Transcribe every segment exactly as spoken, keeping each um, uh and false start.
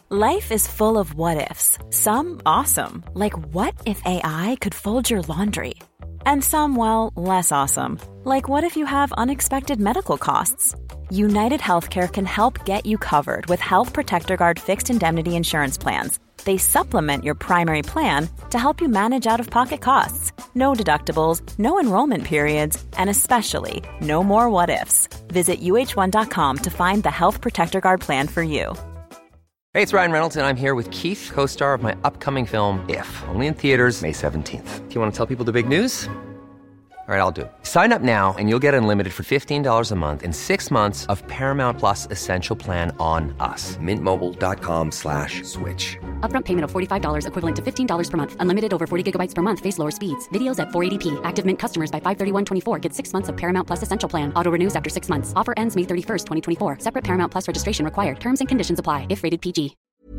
Life is full of what-ifs. Some awesome, like what if A I could fold your laundry? And some, well, less awesome, like what if you have unexpected medical costs? United Healthcare can help get you covered with Health Protector Guard fixed indemnity insurance plans. They supplement your primary plan to help you manage out-of-pocket costs. No deductibles, no enrollment periods, and especially no more what-ifs. Visit U H one dot com to find the Health Protector Guard plan for you. Hey, it's Ryan Reynolds, and I'm here with Keith, co-star of my upcoming film, If, only in theaters May seventeenth. Do you want to tell people the big news? All right, I'll do it. Sign up now and you'll get unlimited for fifteen dollars a month and six months of Paramount Plus Essential Plan on us. Mint Mobile dot com slash switch. Upfront payment of forty-five dollars equivalent to fifteen dollars per month. Unlimited over forty gigabytes per month. Face lower speeds. Videos at four eighty p. Active Mint customers by five thirty-one twenty-four get six months of Paramount Plus Essential Plan. Auto renews after six months. Offer ends May thirty-first, twenty twenty-four. Separate Paramount Plus registration required. Terms and conditions apply if rated P G.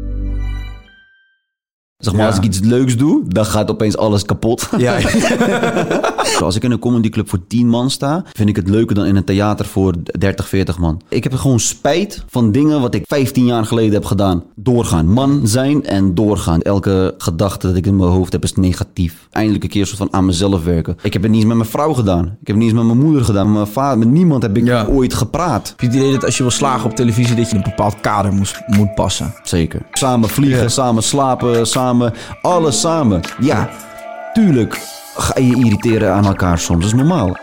Zeg maar, ja. Als ik iets leuks doe, dan gaat opeens alles kapot. Ja. Als ik in een comedyclub voor tien man sta, vind ik het leuker dan in een theater voor dertig, veertig man. Ik heb gewoon spijt van dingen wat ik vijftien jaar geleden heb gedaan. Doorgaan. Man zijn en doorgaan. Elke gedachte dat ik in mijn hoofd heb is negatief. Eindelijk een keer soort van aan mezelf werken. Ik heb het niet eens met mijn vrouw gedaan. Ik heb het niet eens met mijn moeder gedaan. Met mijn vader. Met niemand heb ik ja. ooit gepraat. Heb je het idee dat als je wil slagen op televisie, dat je in een bepaald kader moest, moet passen? Zeker. Samen vliegen, ja. samen slapen, samen... Alles samen. Ja, tuurlijk ga je irriteren aan elkaar soms. Dat is normaal.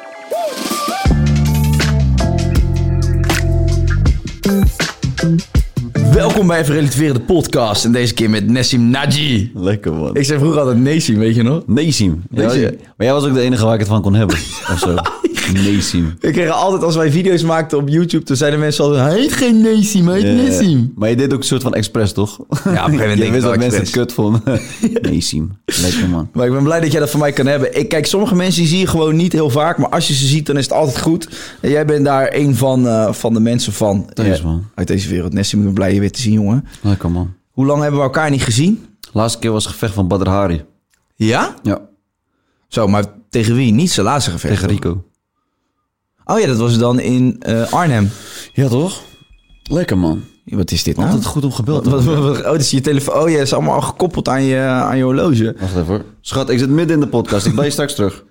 Welkom bij Even Relativeren, de podcast. En deze keer met Nessim Naji. Lekker man. Ik zei vroeger altijd Nessim, weet je nog? Nessim. Ja, maar jij was ook de enige waar ik het van kon hebben. Of zo. Nessim. Ik kreeg altijd, als wij video's maakten op YouTube, toen zeiden mensen altijd, hij heet geen Nessim, hij heet ja, Nessim. Maar je deed ook een soort van expres, toch? Ja, op een gegeven moment denk ik wist dat mensen het kut vonden. Nessim. Lekker man. Maar ik ben blij dat jij dat van mij kan hebben. Ik, kijk, sommige mensen die zie je gewoon niet heel vaak, maar als je ze ziet, dan is het altijd goed. En jij bent daar een van, uh, van de mensen van. Thanks, man. Uit deze wereld. Nessim, ik ben blij je weer te zien, jongen. Lekker man. Hoe lang hebben we elkaar niet gezien? Laatste keer was het gevecht van Badr Hari. Ja? Ja. Zo, maar tegen wie? Niet zijn laatste gevecht. Tegen Rico. Oh ja, dat was dan in uh, Arnhem. Ja, toch? Lekker, man. Wat is dit nou? Altijd goed om gebeld. Wat, wat, wat, oh, dat is je telefoon. Oh ja, is allemaal al gekoppeld aan je, aan je horloge. Wacht even hoor. Schat, ik zit midden in de podcast. Ik ben je straks terug.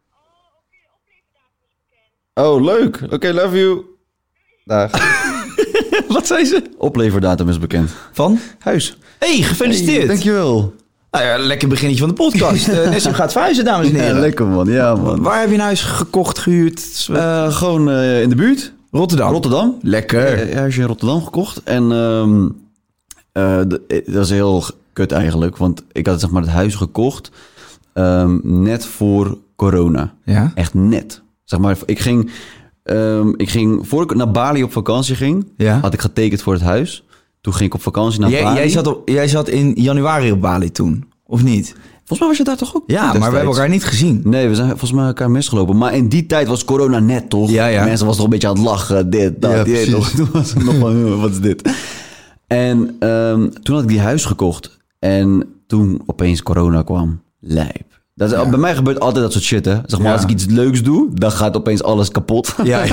Oh, leuk. Oké, okay, love you. Dag. Wat zei ze? Opleverdatum is bekend. Van? Huis. Hey, gefeliciteerd. Hey, dankjewel. Nou ja, lekker beginnetje van de podcast. uh, Nessim gaat verhuizen, dames en heren. Ja, lekker man, ja man. Waar heb je een huis gekocht, gehuurd? Uh, gewoon uh, in de buurt. Rotterdam. Rotterdam. Lekker. Uh, huisje in Rotterdam gekocht. En um, uh, de, dat is heel kut eigenlijk. Want ik had zeg maar het huis gekocht um, net voor corona. Ja? Echt net. Zeg maar, ik ging, um, ik ging voor ik naar Bali op vakantie ging, ja? had ik getekend voor het huis. Toen ging ik op vakantie naar jij, Bali. Jij zat, op, jij zat in januari op Bali toen, of niet? Volgens mij was je daar toch ook? Ja, destijds. Maar we hebben elkaar niet gezien. Nee, we zijn volgens mij elkaar misgelopen. Maar in die tijd was corona net, toch? Ja, ja. Mensen was toch een beetje aan het lachen. Dit, dat, ja, dit. Toch? Toen was het nog van, wat is dit? En um, toen had ik die huis gekocht. En toen opeens corona kwam. Lijp. Dat is, ja. Bij mij gebeurt altijd dat soort shit, hè. Zeg maar, ja. Als ik iets leuks doe, dan gaat opeens alles kapot. Ja.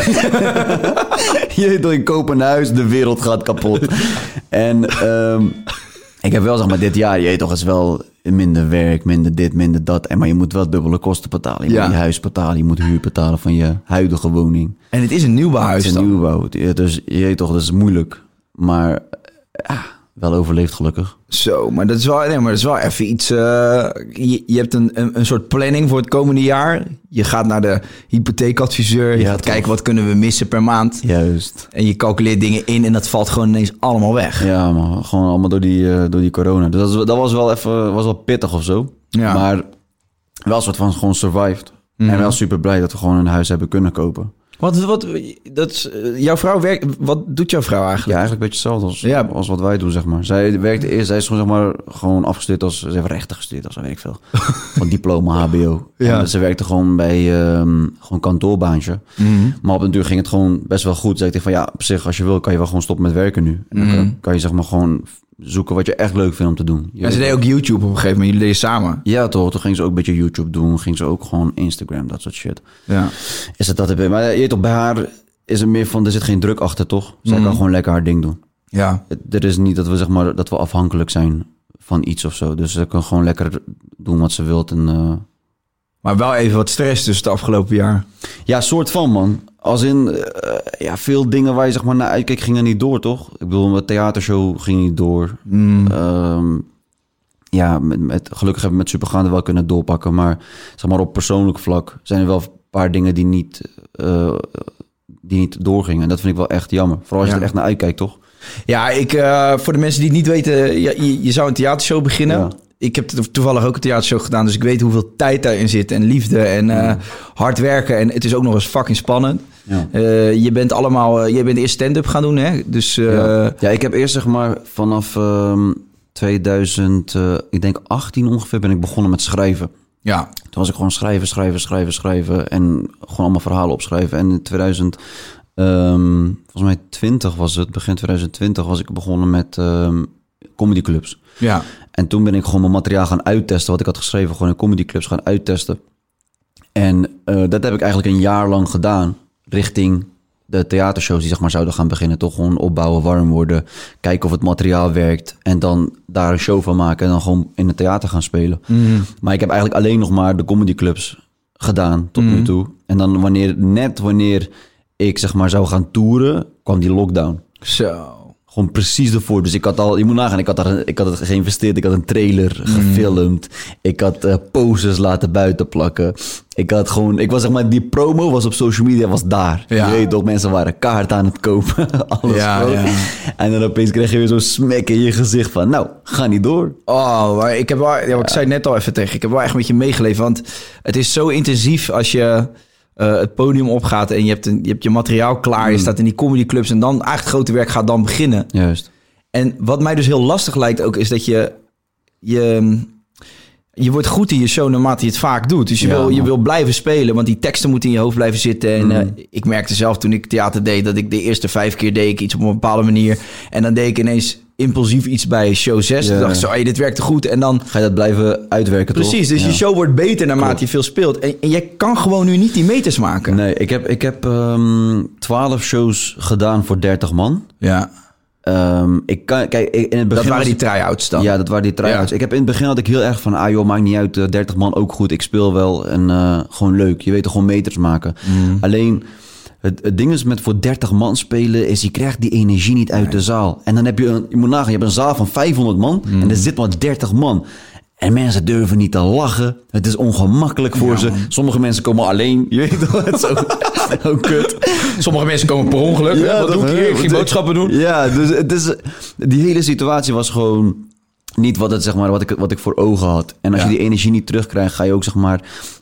Je doet in koop een huis, de wereld gaat kapot. En um, ik heb wel, zeg maar, dit jaar, je toch, is wel minder werk, minder dit, minder dat. En, maar je moet wel dubbele kosten betalen. Je ja. moet je huis betalen, je moet huur betalen van je huidige woning. En het is een nieuwbouwhuis. Het is een nieuwbouw. Dus je weet toch, dat is moeilijk. Maar ja, wel overleefd gelukkig. Zo, maar dat is wel, nee, maar dat is wel even iets... Uh, je, je hebt een, een, een soort planning voor het komende jaar. Je gaat naar de hypotheekadviseur. Je ja, gaat toch. kijken, wat kunnen we missen per maand. Juist. En je calculeert dingen in en dat valt gewoon ineens allemaal weg. Ja, maar gewoon allemaal door die, uh, door die corona. Dus dat, was, dat was wel even was wel pittig of zo. Ja. Maar wel een soort van gewoon survived. Mm-hmm. En wel super blij dat we gewoon een huis hebben kunnen kopen. Wat, wat, dat is, jouw vrouw werkt, wat doet jouw vrouw eigenlijk? Ja, eigenlijk een beetje hetzelfde als, ja. als wat wij doen, zeg maar. Zij werkte eerst, zij is gewoon, zeg maar, gewoon afgestudeerd als, ze heeft rechten gestudeerd als, weet ik veel. Van diploma, H B O. Ja. En ze werkte gewoon bij, um, gewoon kantoorbaantje. Mm-hmm. Maar op een duur ging het gewoon best wel goed. Zei ik van, ja, op zich, als je wil, kan je wel gewoon stoppen met werken nu. En dan mm-hmm. kan, kan je, zeg maar, gewoon zoeken wat je echt leuk vindt om te doen. Je en ze deed ook YouTube op een gegeven moment. Jullie deden samen. Ja, toch. Toen ging ze ook een beetje YouTube doen. Ging ze ook gewoon Instagram, dat soort shit. Ja. Is het dat? Maar je weet toch, bij haar is er meer van, er zit geen druk achter, toch? Zij mm. kan gewoon lekker haar ding doen. Ja. Er is niet dat we, zeg maar, dat we afhankelijk zijn van iets of zo. Dus ze kan gewoon lekker doen wat ze wilt. En, uh... Maar wel even wat stress dus het afgelopen jaar. Ja, soort van, man. Als in, uh, ja, veel dingen waar je zeg maar naar uitkeek gingen niet door, toch? Ik bedoel, mijn theatershow ging niet door. Mm. Um, ja, met, met, gelukkig hebben we met Supergaande wel kunnen doorpakken. Maar zeg maar op persoonlijk vlak zijn er wel een paar dingen die niet, uh, die niet doorgingen. En dat vind ik wel echt jammer. Vooral als je ja. er echt naar uitkijkt, toch? Ja, ik, uh, voor de mensen die het niet weten, ja, je, je zou een theatershow beginnen. Ja. Ik heb toevallig ook een theatershow gedaan, dus ik weet hoeveel tijd daarin zit. En liefde en uh, ja. hard werken. En het is ook nog eens fucking spannend. Ja. Uh, je bent allemaal, uh, je bent eerst stand-up gaan doen, hè? Dus, uh, ja. ja, ik heb eerst zeg maar vanaf um, tweeduizend, uh, ik denk achttien ongeveer, ben ik begonnen met schrijven. Ja. Toen was ik gewoon schrijven, schrijven, schrijven, schrijven. En gewoon allemaal verhalen opschrijven. En in tweeduizend, um, volgens mij twintig was het, begin tweeduizend twintig was ik begonnen met um, comedyclubs. Ja. En toen ben ik gewoon mijn materiaal gaan uittesten, wat ik had geschreven, gewoon in comedyclubs gaan uittesten. En uh, dat heb ik eigenlijk een jaar lang gedaan, richting de theatershows die zeg maar zouden gaan beginnen. Toch gewoon opbouwen, warm worden, kijken of het materiaal werkt en dan daar een show van maken en dan gewoon in het theater gaan spelen. Mm. Maar ik heb eigenlijk alleen nog maar de comedyclubs gedaan tot mm. nu toe. En dan wanneer, net wanneer ik zeg maar zou gaan toeren, kwam die lockdown. Zo. Gewoon precies ervoor. Dus ik had al, je moet nagaan, ik had, daar, ik had het geïnvesteerd. Ik had een trailer gefilmd. Mm. Ik had uh, posters laten buiten plakken. Ik had gewoon, ik was zeg maar, die promo was op social media, was daar. Ja. Je weet toch, mensen waren kaart aan het kopen. Alles ja, ja. En dan opeens kreeg je weer zo'n smek in je gezicht van, nou, ga niet door. Oh, maar ik heb wel, ja, ja. ik zei het net al even tegen, ik heb wel echt met je meegeleefd. Want het is zo intensief als je Uh, het podium opgaat en je hebt, een, je hebt je materiaal klaar. Mm. Je staat in die comedyclubs en dan eigenlijk het grote werk gaat dan beginnen. Juist. En wat mij dus heel lastig lijkt ook, is dat je... je je wordt goed in je show naarmate je het vaak doet. Dus je, ja, wil, je wil blijven spelen, want die teksten moeten in je hoofd blijven zitten. En mm. uh, ik merkte zelf toen ik theater deed, dat ik de eerste vijf keer deed ik iets op een bepaalde manier. En dan deed ik ineens impulsief iets bij show zes. Ja. Toen dacht ik zo, hey, dit werkte goed. En dan ga je dat blijven uitwerken, toch? Precies, dus ja. je show wordt beter naarmate Klopt. je veel speelt. En, en jij kan gewoon nu niet die meters maken. Nee, ik heb, ik heb um, twaalf shows gedaan voor dertig man. Ja. Um, ik kan, kijk, in het begin dat waren was, die try-outs dan? Ja, dat waren die try-outs. Ja. Ik heb in het begin had ik heel erg van, ah joh, maakt niet uit, uh, dertig man ook goed. Ik speel wel en uh, gewoon leuk. Je weet toch, gewoon meters maken. Mm. Alleen, het, het ding is met voor dertig man spelen, is je krijgt die energie niet uit nee. de zaal. En dan heb je, een, je moet nagaan, je hebt een zaal van vijfhonderd man mm. en er zit maar dertig man. En mensen durven niet te lachen. Het is ongemakkelijk voor ja, ze. Man. Sommige mensen komen alleen. Je weet toch, het is zo, zo kut. Sommige mensen komen per ongeluk. Ja, wat doe ik hier? Ik ging boodschappen doen. Ja, dus het is, die hele situatie was gewoon niet wat, het, zeg maar, wat, ik, wat ik voor ogen had. En als ja. je die energie niet terugkrijgt, ga je ook zeg maar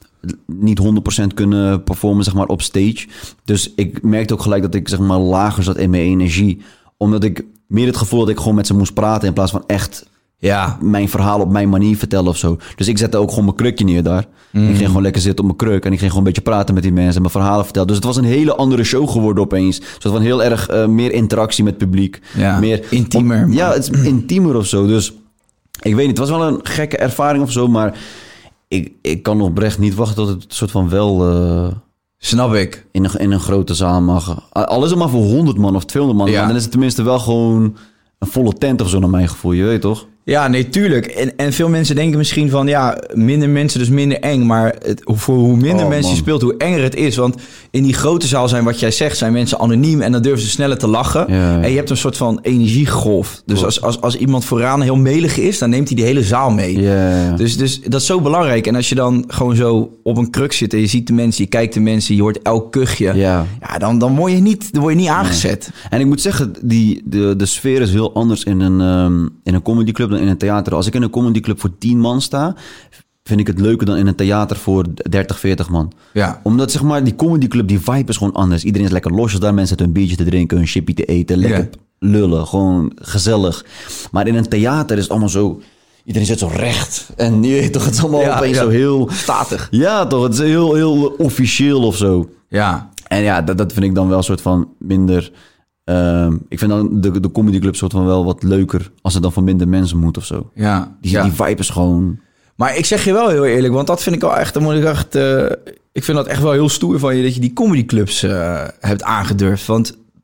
niet honderd procent kunnen performen zeg maar, op stage. Dus ik merkte ook gelijk dat ik zeg maar lager zat in mijn energie. Omdat ik meer het gevoel dat ik gewoon met ze moest praten in plaats van echt... Ja, mijn verhaal op mijn manier vertellen of zo. Dus ik zette ook gewoon mijn krukje neer daar. Mm. Ik ging gewoon lekker zitten op mijn kruk. En ik ging gewoon een beetje praten met die mensen en mijn verhalen vertellen. Dus het was een hele andere show geworden opeens. Dus het was heel erg uh, meer interactie met het publiek. Ja, meer intiemer. Om, ja, het is intiemer of zo. Dus ik weet niet, het was wel een gekke ervaring of zo. Maar ik, ik kan oprecht niet wachten tot het soort van wel... Uh, Snap ik. In een, in een grote zaal mag. Al is het maar voor honderd man of tweehonderd man. Ja. Dan is het tenminste wel gewoon een volle tent of zo naar mijn gevoel. Je weet toch? Ja, nee, tuurlijk. En, en veel mensen denken misschien van... ja, minder mensen, dus minder eng. Maar het, voor hoe minder oh, mensen je speelt, hoe enger het is. Want in die grote zaal zijn, wat jij zegt... zijn mensen anoniem en dan durven ze sneller te lachen. Ja, ja. En je hebt een soort van energiegolf. Dus als, als, als iemand vooraan heel melig is... dan neemt hij die hele zaal mee. Ja, ja. Dus, dus dat is zo belangrijk. En als je dan gewoon zo op een kruk zit... en je ziet de mensen, je kijkt de mensen... je hoort elk kuchje... Ja. Ja, dan, dan, word je niet, dan word je niet aangezet. Nee. En ik moet zeggen, die, de, de sfeer is heel anders... in een, um, in een comedyclub... in een theater. Als ik in een comedyclub voor tien man sta... vind ik het leuker dan in een theater voor dertig, veertig man. Ja. Omdat zeg maar, die comedyclub, die vibe is gewoon anders. Iedereen is lekker losjes daar. Mensen zitten een biertje te drinken, een chipje te eten. Lekker ja. lullen, gewoon gezellig. Maar in een theater is het allemaal zo... Iedereen zit zo recht. En je weet toch, het is allemaal ja, opeens ja. zo heel... statig. Ja, toch. Het is heel, heel officieel of zo. Ja. En ja, dat, dat vind ik dan wel een soort van minder... Um, ik vind dan de, de comedyclub soort van wel wat leuker als het dan van minder mensen moet of zo. Ja, die, ja. die vibe is gewoon... Maar ik zeg je wel heel eerlijk, want dat vind ik wel echt... Dan moet ik echt uh, ik vind dat echt wel heel stoer van je dat je die comedyclubs uh, hebt aangedurfd. Want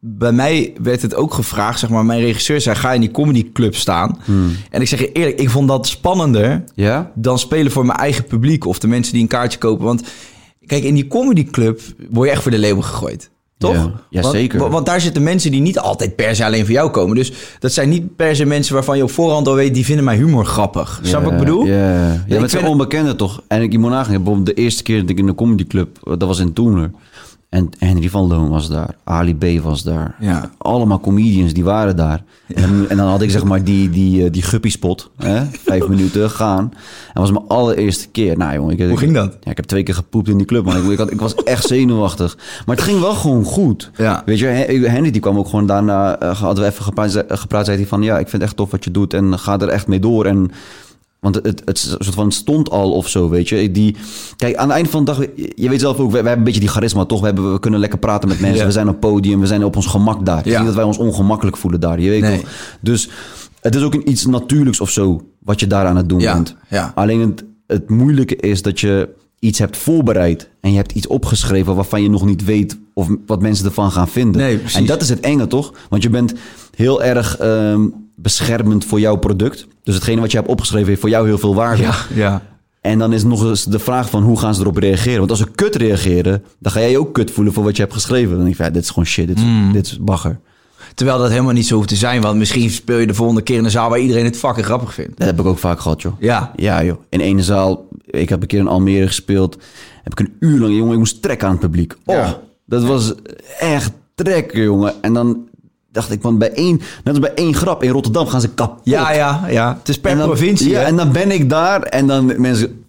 bij mij werd het ook gevraagd, zeg maar, mijn regisseur zei, ga in die comedyclub staan. Hmm. En ik zeg je eerlijk, ik vond dat spannender ja? dan spelen voor mijn eigen publiek of de mensen die een kaartje kopen. Want kijk, in die comedyclub word je echt voor de leeuwen gegooid. Toch? Ja, ja want, zeker. Want, want daar zitten mensen die niet altijd per se alleen voor jou komen. Dus dat zijn niet per se mensen waarvan je op voorhand al weet, die vinden mijn humor grappig. Ja, Snap wat ik bedoel? Ja, ja. ja met zijn vind... onbekenden toch. En ik moet nagaan, bijvoorbeeld de eerste keer dat ik in de comedyclub, dat was in Toemler. En Henry van Loon was daar. Ali B was daar. Ja. Allemaal comedians, die waren daar. Ja. En, en dan had ik zeg maar die, die, die guppy-spot. Hè? Vijf minuten gaan. En dat was mijn allereerste keer. Nou jongen, ik, Hoe ging dat? Ja, ik heb twee keer gepoept in die club. Man. Ik, ik, had, ik was echt zenuwachtig. Maar het ging wel gewoon goed. Ja. Weet je, Henry die kwam ook gewoon daarna. Uh, hadden we even gepraat, gepraat. Zei hij van, ja, ik vind het echt tof wat je doet. En ga er echt mee door. En... Want het, het, soort van stond al of zo, weet je. Die, kijk, aan het eind van de dag... Je weet zelf ook, we, we hebben een beetje die charisma, toch? We, hebben, we kunnen lekker praten met mensen. Ja. We zijn op podium, we zijn op ons gemak daar. Het is ja. niet dat wij ons ongemakkelijk voelen daar, je weet nee. toch? Dus het is ook een iets natuurlijks of zo... wat je daar aan het doen ja. bent. Ja. Alleen het, het moeilijke is dat je iets hebt voorbereid... en je hebt iets opgeschreven waarvan je nog niet weet... of wat mensen ervan gaan vinden. Nee, en dat is het enge, toch? Want je bent heel erg... Um, beschermend voor jouw product. Dus hetgene wat je hebt opgeschreven heeft voor jou heel veel waarde. Ja, ja. En dan is nog eens de vraag van hoe gaan ze erop reageren. Want als ze kut reageren, dan ga jij je ook kut voelen voor wat je hebt geschreven. Dan denk je van, ja, dit is gewoon shit, dit is, mm. dit is bagger. Terwijl dat helemaal niet zo hoeft te zijn. Want misschien speel je de volgende keer in een zaal waar iedereen het fucking grappig vindt. Dat heb ik ook vaak gehad, joh. Ja? Ja, joh. In ene zaal, ik heb een keer in Almere gespeeld. Heb ik een uur lang, jongen, ik moest trekken aan het publiek. Oh, ja. Dat was echt trekken, jongen. En dan... dacht ik, want bij één, net als bij één grap in Rotterdam gaan ze kapot. Ja, ja, ja. Het is per dan, provincie. Ja, hè? en dan ben ik daar en dan mensen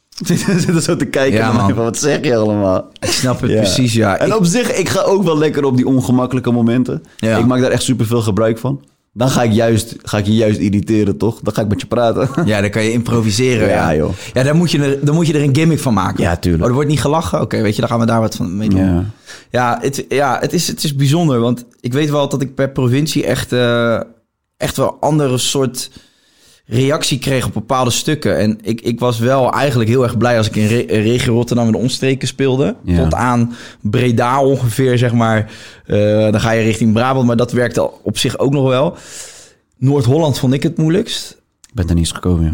zitten zo te kijken ja, naar mij van, wat zeg je allemaal? Ik snap het ja. precies, ja. En ik... op zich, ik ga ook wel lekker op die ongemakkelijke momenten. Ja. Ik maak daar echt superveel gebruik van. Dan ga ik, juist, ga ik je juist irriteren, toch? Dan ga ik met je praten. Ja, dan kan je improviseren. Ja, ja. joh. Ja, dan moet, je er, dan moet je er een gimmick van maken. Ja, tuurlijk. Oh, er wordt niet gelachen? Oké, okay, weet je, dan gaan we daar wat van mee doen. Ja, ja, het, ja het, is, het is bijzonder. Want ik weet wel dat ik per provincie echt, uh, echt wel andere soort reactie kreeg op bepaalde stukken. En ik, ik was wel eigenlijk heel erg blij als ik in Re- regio Rotterdam in de omstreken speelde. Ja. Tot aan Breda ongeveer, zeg maar. Uh, dan ga je richting Brabant, maar dat werkte op zich ook nog wel. Noord-Holland vond ik het moeilijkst. Ik ben er niet eens gekomen,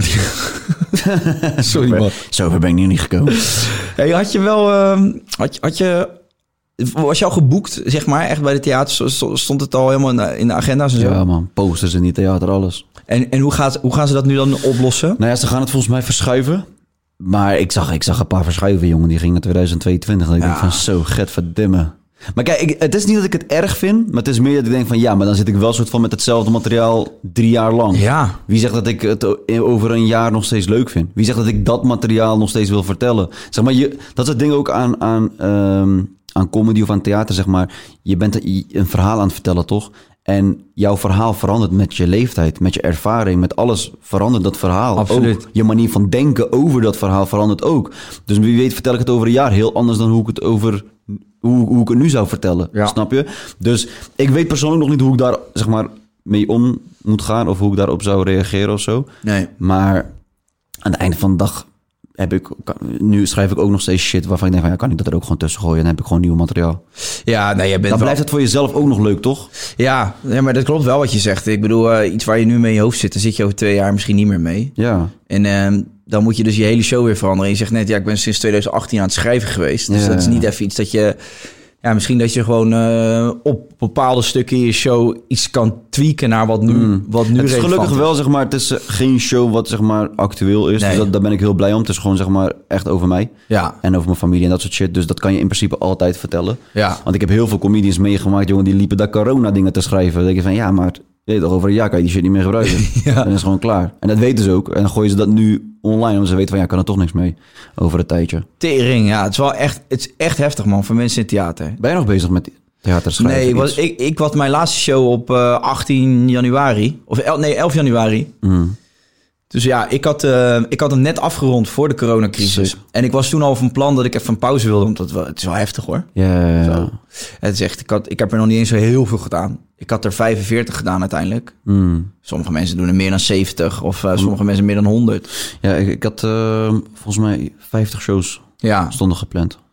ja. Sorry, man. Zover ben ik nu niet gekomen. Hey, had je wel... Uh, had, je, had je... Was je al geboekt, zeg maar, echt bij de theaters? Stond het al helemaal in de, in de agenda's en zo? Ja, man. Posters in die theater, alles. En, en hoe, gaat, hoe gaan ze dat nu dan oplossen? Nou ja, ze gaan het volgens mij verschuiven. Maar ik zag, ik zag een paar verschuiven, jongen. Die gingen naar tweeduizend tweeëntwintig. En ik ja. denk van, zo, getverdimme. Maar kijk, ik, het is niet dat ik het erg vind. Maar het is meer dat ik denk van, ja, maar dan zit ik wel soort van met hetzelfde materiaal drie jaar lang. Ja. Wie zegt dat ik het over een jaar nog steeds leuk vind? Wie zegt dat ik dat materiaal nog steeds wil vertellen? Zeg maar, je, dat is het ding ook aan, aan, um, aan comedy of aan theater, zeg maar. Je bent een verhaal aan het vertellen, toch? En jouw verhaal verandert met je leeftijd, met je ervaring, met alles verandert dat verhaal. Absoluut. Ook je manier van denken over dat verhaal verandert ook. Dus wie weet vertel ik het over een jaar heel anders dan hoe ik het over hoe, hoe ik het nu zou vertellen. Ja. Snap je? Dus ik weet persoonlijk nog niet hoe ik daar zeg maar mee om moet gaan of hoe ik daarop zou reageren of zo. Nee. Maar aan het einde van de dag heb ik, nu schrijf ik ook nog steeds shit waarvan ik denk van, ja, kan ik dat er ook gewoon tussen gooien en dan heb ik gewoon nieuw materiaal. Ja, nee, je bent dan wel... blijft het voor jezelf ook nog leuk, toch? Ja, ja, maar dat klopt wel wat je zegt. Ik bedoel, uh, iets waar je nu mee in je hoofd zit, dan zit je over twee jaar misschien niet meer mee. Ja. En uh, dan moet je dus je hele show weer veranderen. Je zegt net, ja, ik ben sinds twintig achttien aan het schrijven geweest. Dus ja, dat is niet even iets dat je... Ja, misschien dat je gewoon uh, op bepaalde stukken in je show iets kan tweaken naar wat nu, mm. wat nu het is gelukkig is. wel, zeg maar, het is uh, geen show wat zeg maar actueel is. Nee. Dus dat, daar ben ik heel blij om. Het is gewoon zeg maar echt over mij. Ja. En over mijn familie en dat soort shit. Dus dat kan je in principe altijd vertellen. Ja. Want ik heb heel veel comedians meegemaakt, jongen, die liepen daar corona dingen te schrijven. Dan denk je van, ja, maar je weet toch, over een jaar kan je die shit niet meer gebruiken. Ja. Dan is het gewoon klaar. En dat weten ze ook. En dan gooien ze dat nu online, omdat ze weten van, ja, kan er toch niks mee over een tijdje. Tering, ja. Het is wel echt, het is echt heftig, man, voor mensen in het theater. Ben je nog bezig met theater schrijven? Nee, ik, was, ik, ik had mijn laatste show op uh, achttien januari. Of el, nee, elf januari. Mm. Dus ja, ik had, uh, ik had hem net afgerond voor de coronacrisis. Sick. En ik was toen al van plan dat ik even een pauze wilde. Want het, het is wel heftig, hoor. Ja, ja, ja. Het is echt, ik, had, ik heb er nog niet eens zo heel veel gedaan. Ik had er vijfenveertig gedaan uiteindelijk. Mm. Sommige mensen doen er meer dan zeventig. Of uh, sommige mm. mensen meer dan honderd. Ja, ik, ik had uh, volgens mij vijftig shows ja. stonden gepland.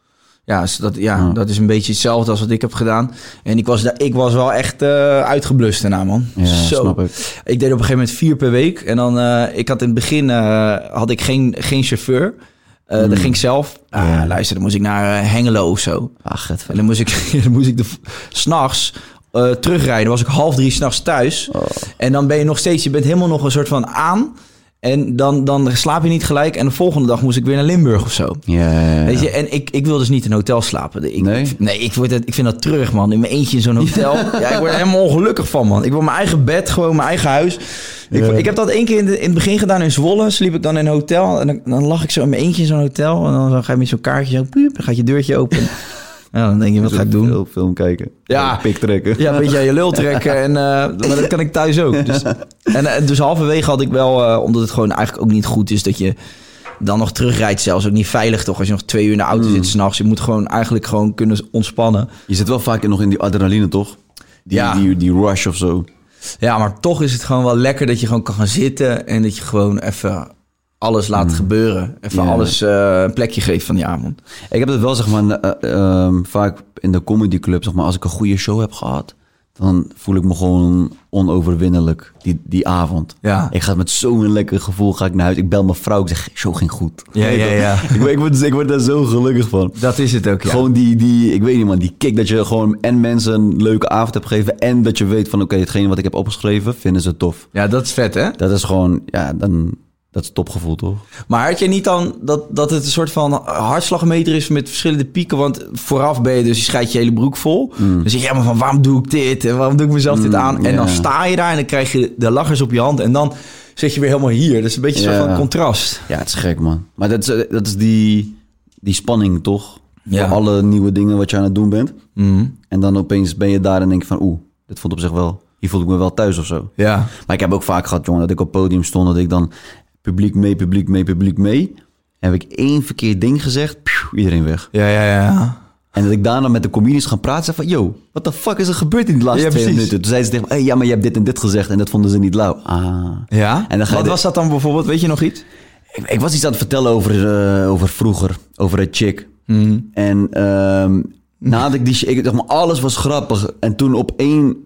Ja, dus dat, ja, Ja. dat is een beetje hetzelfde als wat ik heb gedaan. En ik was, daar, ik was wel echt uh, uitgeblust daarna, man. Ja, Zo. snap ik. Ik deed op een gegeven moment vier per week. En dan, uh, ik had in het begin uh, had ik geen, geen chauffeur. Uh, mm. Dan ging ik zelf. Ah, Ja. Luister, dan moest ik naar uh, Hengelo of zo. Ach, het En dan moest ik, dan moest ik de, 's nachts uh, terugrijden. Was ik half drie 's nachts thuis. Oh. En dan ben je nog steeds, je bent helemaal nog een soort van aan. En dan, dan slaap je niet gelijk. En de volgende dag moest ik weer naar Limburg of zo. Ja, ja, ja. Weet je, en ik, ik wil dus niet in een hotel slapen. Ik, Nee? Nee, ik, word het, ik vind dat terug, man. In mijn eentje in zo'n hotel. Ja, ik word er helemaal ongelukkig van, man. Ik wil mijn eigen bed, gewoon mijn eigen huis. Ik, Ja. ik heb dat één keer in, de, in het begin gedaan in Zwolle. Sliep ik dan in een hotel. En dan, dan lag ik zo in mijn eentje in zo'n hotel. En dan, dan ga je met zo'n kaartje zo... Piep, dan gaat je deurtje open. Ja, dan denk je, wat ga ik doen? Film, film kijken. Ja. Pik trekken. Ja, een beetje aan je lul trekken. En, uh, maar dat kan ik thuis ook. Dus, en uh, dus halverwege had ik wel... Uh, omdat het gewoon eigenlijk ook niet goed is dat je dan nog terugrijdt zelfs. Ook niet veilig toch, als je nog twee uur in de auto Mm. zit 's nachts. Je moet gewoon eigenlijk gewoon kunnen ontspannen. Je zit wel vaak nog in die adrenaline, toch? Die, Ja. die, die rush of zo. Ja, maar toch is het gewoon wel lekker dat je gewoon kan gaan zitten... en dat je gewoon even alles laat gebeuren. Even Ja. alles uh, een plekje geeft van ja, man. Ik heb het wel, zeg maar, uh, um, vaak in de comedyclub, zeg maar, als ik een goede show heb gehad, dan voel ik me gewoon onoverwinnelijk die, die avond. Ja. Ik ga met zo'n lekker gevoel ga ik naar huis. Ik bel mijn vrouw, ik zeg, show ging goed. Ja, ja, ja. ik, word- ik, word, ik word daar zo gelukkig van. Dat is het ook, ja. Gewoon die, die, ik weet niet man, die kick dat je gewoon en mensen een leuke avond hebt gegeven en dat je weet van oké, okay, hetgene wat ik heb opgeschreven, vinden ze tof. Ja, dat is vet, hè? Dat is gewoon, ja, dan, dat is topgevoel toch? Maar had je niet dan dat, dat het een soort van hartslagmeter is met verschillende pieken? Want vooraf ben je dus, je scheidt je hele broek vol. Mm. Dan zeg je, ja, maar van waarom doe ik dit? En waarom doe ik mezelf dit Mm, aan? En ja. dan sta je daar en dan krijg je de lachers op je hand. En dan zit je weer helemaal hier. Dat is een beetje een Ja. soort van contrast. Ja, het is gek man. Maar dat is, dat is die, die spanning toch? Ja. Voor alle nieuwe dingen wat je aan het doen bent. Mm. En dan opeens ben je daar en denk je van oeh, dit voelt op zich wel, hier voel ik me wel thuis of zo. Ja. Maar ik heb ook vaak gehad, jongen, dat ik op het podium stond, dat ik dan publiek mee, publiek mee, publiek mee. Heb ik één verkeerd ding gezegd, pjoe, iedereen weg. Ja, ja, ja. En dat ik daarna met de comedians gaan praten, zei van, yo, wat de fuck is er gebeurd in die laatste Ja, twee precies. minuten? Toen zeiden ze tegen me, hey, ja, maar je hebt dit en dit gezegd en dat vonden ze niet lauw. Ah. Ja? En dan ga je Wat de- was dat dan bijvoorbeeld? Weet je nog iets? Ik, ik was iets aan het vertellen over, uh, over vroeger, over een chick. Mm. En um, nadat ik die, ik, zeg maar, alles was grappig. En toen op één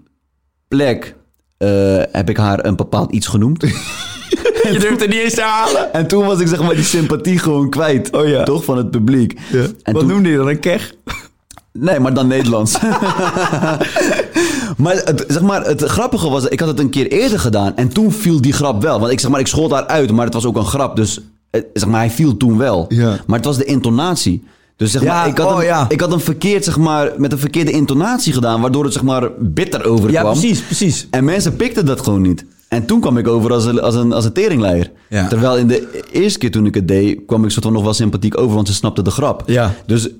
plek uh, heb ik haar een bepaald iets genoemd. Je durft het niet eens te halen. En toen was ik zeg maar die sympathie gewoon kwijt. Oh ja. Toch, van het publiek. Ja. En Wat toen- noemde je dan? Een keg? Nee, maar dan Nederlands. Maar het, zeg maar het grappige was, ik had het een keer eerder gedaan. En toen viel die grap wel. Want ik zeg maar, ik schold daar uit, maar het was ook een grap. Dus eh, zeg maar, hij viel toen wel. Ja. Maar het was de intonatie. Dus zeg Ja, maar, ik had, oh hem, ja. ik had hem verkeerd, zeg maar, met een verkeerde intonatie gedaan. Waardoor het zeg maar bitter overkwam. Ja, precies, precies. En mensen pikten dat gewoon niet. En toen kwam ik over als een, als een, als een teringleier. Ja. Terwijl in de eerste keer toen ik het deed, kwam ik soort van nog wel sympathiek over, want ze snapten de grap. Ja. Dus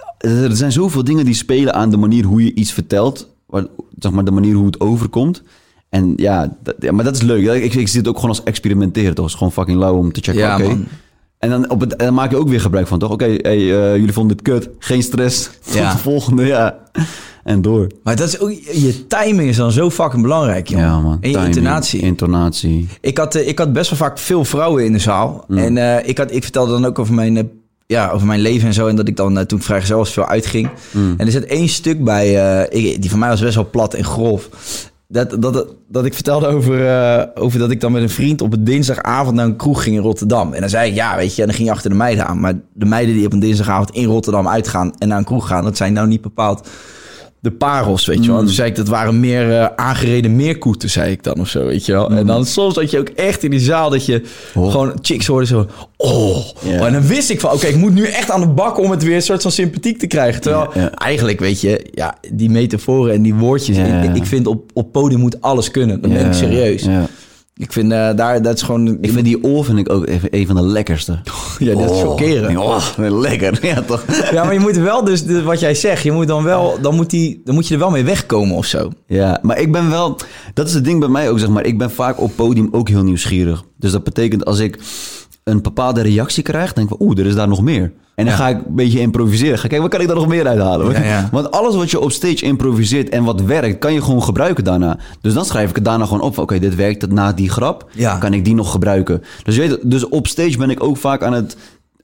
er zijn zoveel dingen die spelen aan de manier hoe je iets vertelt. Waar, zeg maar de manier hoe het overkomt. En ja, dat, ja maar dat is leuk. Ik, ik zie het ook gewoon als experimenteren. Toch? Het is gewoon fucking lauw om te checken. Ja, oké. man. En dan, op het, en dan maak je ook weer gebruik van, toch? Oké, hey, uh, jullie vonden dit kut. Geen stress. Tot Ja. de volgende, ja. En door. Maar dat is ook, je timing is dan zo fucking belangrijk, joh. Ja, man. En je Timing, intonatie. Intonatie. Ik had, eh, ik had best wel vaak veel vrouwen in de zaal. Mm. En uh, ik, had, ik vertelde dan ook over mijn, uh, ja, over mijn leven en zo. En dat ik dan uh, toen ik vrijgezel was veel uitging. Mm. En er zit één stuk bij, uh, ik, die van mij was best wel plat en grof. Dat, dat, dat ik vertelde over, uh, over dat ik dan met een vriend op een dinsdagavond naar een kroeg ging in Rotterdam. En dan zei ik, ja, weet je, en dan ging je achter de meiden aan. Maar de meiden die op een dinsdagavond in Rotterdam uitgaan en naar een kroeg gaan, dat zijn nou niet bepaald de parels, weet je wel. En toen zei ik, dat waren meer uh, aangereden meerkoeten, zei ik dan of zo, weet je wel. En dan soms dat je ook echt in die zaal, dat je Oh. gewoon chicks hoorde zo, oh. Ja. Oh, en dan wist ik van, oké, okay, ik moet nu echt aan de bak om het weer een soort van sympathiek te krijgen. Terwijl Ja, ja. eigenlijk, weet je, ja, die metaforen en die woordjes, Ja, ja. ik, ik vind op, op podium moet alles kunnen. Dat ben ik serieus. Ja. Ik vind uh, daar, dat is gewoon... Ik vind die oor vind ik ook even een van de lekkerste. Ja, dat is Oh. chockeren. Oh, lekker. Ja, toch? Ja, maar je moet wel dus, de, wat jij zegt, je moet dan wel, dan moet, die, dan moet je er wel mee wegkomen of zo. Ja, maar ik ben wel... Dat is het ding bij mij ook, zeg maar. Ik ben vaak op podium ook heel nieuwsgierig. Dus dat betekent als ik een bepaalde reactie krijg, denk ik van, oeh, er is daar nog meer. En dan Ja. ga ik een beetje improviseren. Ga kijken, wat kan ik daar nog meer uithalen? Ja, ja. Want alles wat je op stage improviseert en wat werkt, kan je gewoon gebruiken daarna. Dus dan schrijf ik het daarna gewoon op. Oké, okay, dit werkt na die grap. Ja. Kan ik die nog gebruiken? Dus je weet, dus op stage ben ik ook vaak aan het...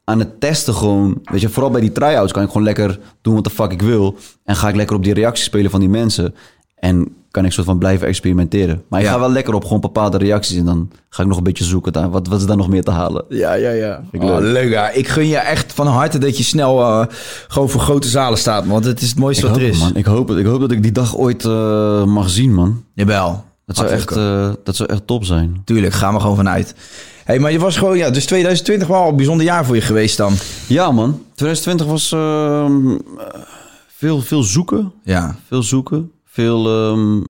aan het testen gewoon. Weet je, vooral bij die try-outs kan ik gewoon lekker doen wat de fuck ik wil. En ga ik lekker op die reacties spelen van die mensen. En kan ik soort van blijven experimenteren. Maar ik Ja. ga wel lekker op gewoon bepaalde reacties. En dan ga ik nog een beetje zoeken. Daar. Wat, wat is daar nog meer te halen? Ja, ja, ja. ik Oh, leuk. leuk. Ja. Ik gun je echt van harte dat je snel uh, gewoon voor grote zalen staat. Want het is het mooiste Ik wat hoop, er is. het, man. Ik, hoop het. ik hoop dat ik die dag ooit uh, mag zien, man. Jawel. Dat zou, echt, uh, dat zou echt top zijn. Tuurlijk, gaan we gewoon vanuit. Hey, maar je was gewoon, ja, dus twintig twintig wel een bijzonder jaar voor je geweest dan. Ja, man. twintig twintig was uh, veel, veel zoeken. Ja. Veel zoeken. Veel... Um...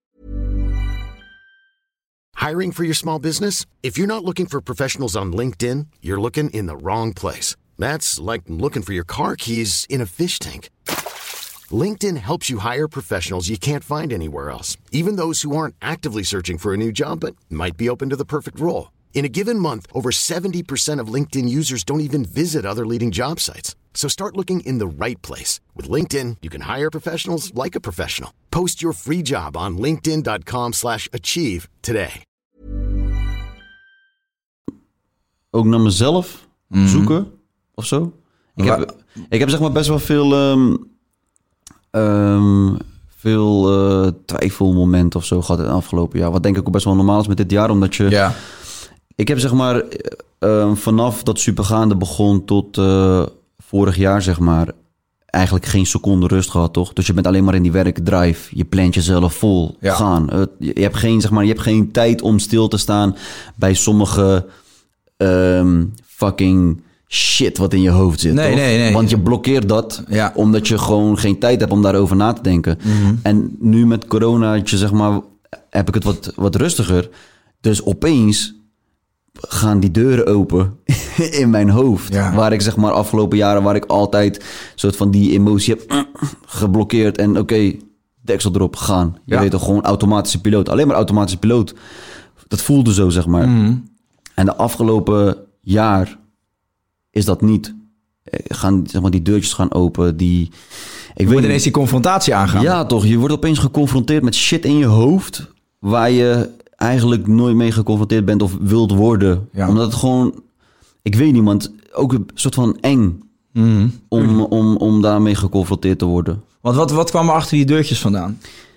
Hiring for your small business? If you're not looking for professionals on LinkedIn, you're looking in the wrong place. That's like looking for your car keys in a fish tank. LinkedIn helps you hire professionals you can't find anywhere else, even those who aren't actively searching for a new job but might be open to the perfect role. In a given month, over seventy percent of LinkedIn users don't even visit other leading job sites. So start looking in the right place. With LinkedIn, you can hire professionals like a professional. Post your free job on linkedin.com slash achieve today. Ook naar mezelf Mm. zoeken of zo. Ik Wa- heb, ik heb zeg maar best wel veel, um, um, veel uh, twijfelmomenten of zo gehad in het afgelopen jaar. Wat denk ik ook best wel normaal is met dit jaar, omdat je... Ja. Ik heb zeg maar uh, vanaf dat supergaande begon tot uh, vorig jaar zeg maar eigenlijk geen seconde rust gehad, toch? Dus je bent alleen maar in die werkdrive. Je plant jezelf vol. Ja. Gaan. Uh, je, je hebt geen zeg maar, je hebt geen tijd om stil te staan bij sommige um, fucking shit wat in je hoofd zit. Nee, toch? nee, nee. Want je blokkeert dat Ja. omdat je gewoon geen tijd hebt om daarover na te denken. Mhm. En nu met corona, je zeg maar, heb ik het wat, wat rustiger. Dus opeens gaan die deuren open in mijn hoofd. Ja. Waar ik zeg maar afgelopen jaren, waar ik altijd soort van die emotie heb geblokkeerd. En oké, okay, deksel erop, gaan. Je Ja. weet toch, gewoon automatische piloot. Alleen maar automatische piloot. Dat voelde zo, zeg maar. Mm. En de afgelopen jaar is dat niet. Gaan, zeg maar, die deurtjes gaan open. Die, ik Je weet moet ineens die confrontatie aangaan. Ja, toch. Je wordt opeens geconfronteerd met shit in je hoofd waar je eigenlijk nooit mee geconfronteerd bent of wilt worden. Ja. Omdat het gewoon, ik weet niet, want ook een soort van eng Mm. om, om, om daarmee geconfronteerd te worden. Want wat, wat kwam er achter die deurtjes vandaan?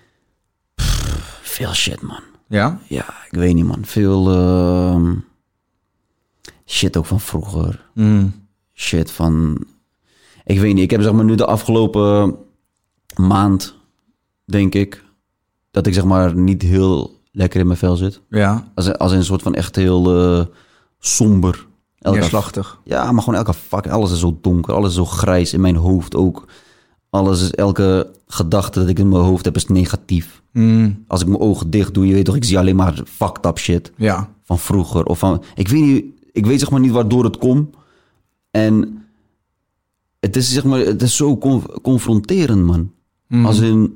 Veel shit, man. Ja? Ja, ik weet niet, man. Veel uh, shit ook van vroeger. Mm. Shit van... Ik weet niet, ik heb zeg maar nu de afgelopen maand, denk ik, dat ik zeg maar niet heel lekker in mijn vel zit. Ja. Als, als in een soort van echt heel uh, somber. Elke, Neerslachtig. ja, maar gewoon elke fuck, alles is zo donker, alles is zo grijs in mijn hoofd ook. Alles is, elke gedachte dat ik in mijn hoofd heb is negatief. Mm. Als ik mijn ogen dicht doe, je weet toch, ik zie alleen maar fucked up shit. Ja. Van vroeger. Of van, ik weet niet, ik weet zeg maar niet waardoor het komt. En het is zeg maar, het is zo conf- confronterend, man. Mm. Als in,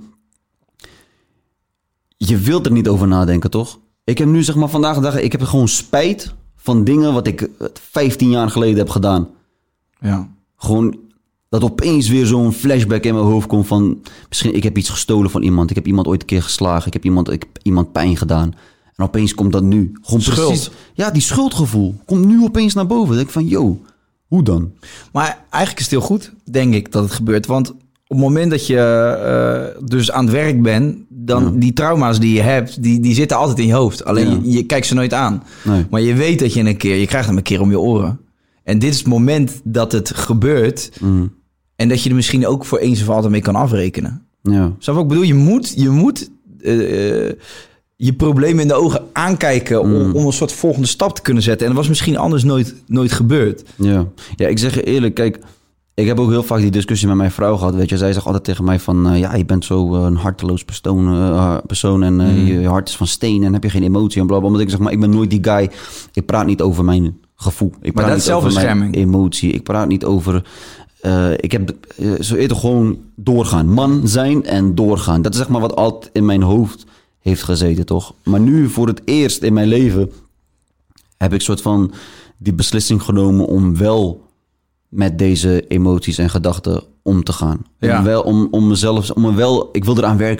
je wilt er niet over nadenken, toch? Ik heb nu zeg maar vandaag de dag, ik heb gewoon spijt van dingen wat ik vijftien jaar geleden heb gedaan. Ja. Gewoon dat opeens weer zo'n flashback in mijn hoofd komt van, misschien ik heb iets gestolen van iemand, ik heb iemand ooit een keer geslagen, ik heb iemand, ik heb iemand pijn gedaan. En opeens komt dat nu. Gewoon Schuld. precies. Ja, die schuldgevoel komt nu opeens naar boven. Dan denk ik van, yo, hoe dan? Maar eigenlijk is het heel goed, denk ik, dat het gebeurt. Want op het moment dat je uh, dus aan het werk bent, dan Ja. die trauma's die je hebt, die, die zitten altijd in je hoofd. Alleen Ja. je, je kijkt ze nooit aan. Nee. Maar je weet dat je een keer, je krijgt hem een keer om je oren. En dit is het moment dat het gebeurt. Mm. En dat je er misschien ook voor eens of altijd mee kan afrekenen. Ja. Snap je wat ik bedoel? Je moet, je moet uh, je probleem in de ogen aankijken om, Mm. om een soort volgende stap te kunnen zetten. En dat was misschien anders nooit, nooit gebeurd. Ja. Ja, ik zeg je eerlijk, kijk, ik heb ook heel vaak die discussie met mijn vrouw gehad. Weet je, zij zegt altijd tegen mij van, uh, ja, je bent zo uh, een harteloos persoon, uh, persoon en uh, Mm. je, je hart is van steen en heb je geen emotie en blablabla. Omdat ik zeg maar, ik ben nooit die guy. Ik praat niet over mijn gevoel. Ik praat dat niet is over mijn zelfbescherming. emotie. Ik praat niet over. Uh, ik heb uh, zo eerder gewoon doorgaan, man zijn en doorgaan. Dat is zeg maar wat altijd in mijn hoofd heeft gezeten, toch? Maar nu voor het eerst in mijn leven heb ik soort van die beslissing genomen om wel met deze emoties en gedachten om te gaan. Ja. Om wel, om, om mezelf, om me wel, ik wil eraan werken. Ja.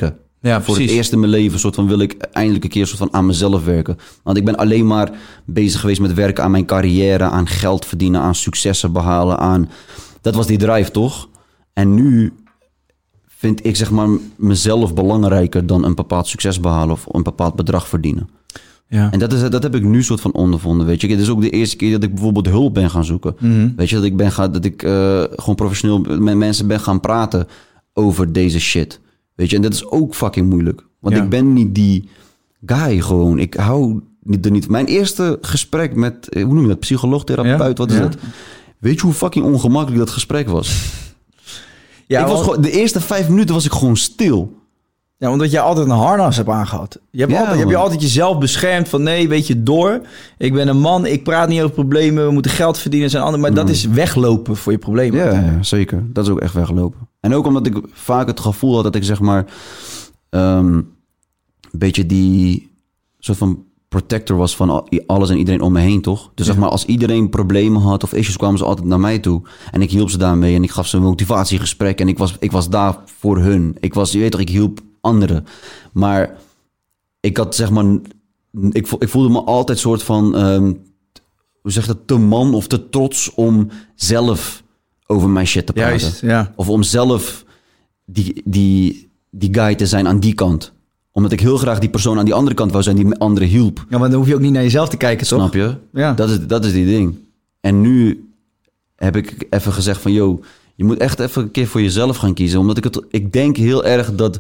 Ja, voor precies. het eerst in mijn leven soort van, wil ik eindelijk een keer soort van aan mezelf werken. Want ik ben alleen maar bezig geweest met werken aan mijn carrière, aan geld verdienen, aan successen behalen. Aan... Dat was die drive, toch? En nu vind ik zeg maar mezelf belangrijker dan een bepaald succes behalen of een bepaald bedrag verdienen. Ja. En dat, is, dat heb ik nu soort van ondervonden, weet je. Het is ook de eerste keer dat ik bijvoorbeeld hulp ben gaan zoeken. Mm-hmm. Weet je, dat ik, ben gaan, dat ik uh, gewoon professioneel met mensen ben gaan praten over deze shit. Weet je, en dat is ook fucking moeilijk. Want Ja. ik ben niet die guy gewoon. Ik hou er niet... Mijn eerste gesprek met, hoe noem je dat, psycholoog, therapeut, Ja. wat is Ja. dat? Weet je hoe fucking ongemakkelijk dat gesprek was? Ja, ik was want, gewoon, de eerste vijf minuten was ik gewoon stil. ja, omdat je altijd een harnas hebt aangehad. Je hebt, Ja, altijd, je hebt je man. altijd jezelf beschermd van nee, weet je, door. Ik ben een man, ik praat niet over problemen, we moeten geld verdienen. Zijn andere, maar dat is weglopen voor je problemen. Ja, ja, zeker. Dat is ook echt weggelopen. En ook omdat ik vaak het gevoel had dat ik zeg maar... Um, een beetje die soort van protector was van al- alles en iedereen om me heen, toch? Dus Ja. zeg maar, als iedereen problemen had of issues, kwamen ze altijd naar mij toe. En ik hielp ze daarmee en ik gaf ze een motivatiegesprek. En ik was, ik was daar voor hun. Ik was, je weet toch, ik hielp anderen. Maar ik had zeg maar... Ik, vo- ik voelde me altijd soort van... Um, hoe zeg je dat? Te man of te trots om zelf over mijn shit te praten. Juist, ja. Of om zelf die, die, die guy te zijn aan die kant. Omdat ik heel graag die persoon aan die andere kant wou zijn die anderen hielp. Ja, maar dan hoef je ook niet naar jezelf te kijken, toch? Snap je? Ja. Dat is, dat is die ding. En nu heb ik even gezegd van... yo, je moet echt even een keer voor jezelf gaan kiezen. Omdat ik het... Ik denk heel erg dat...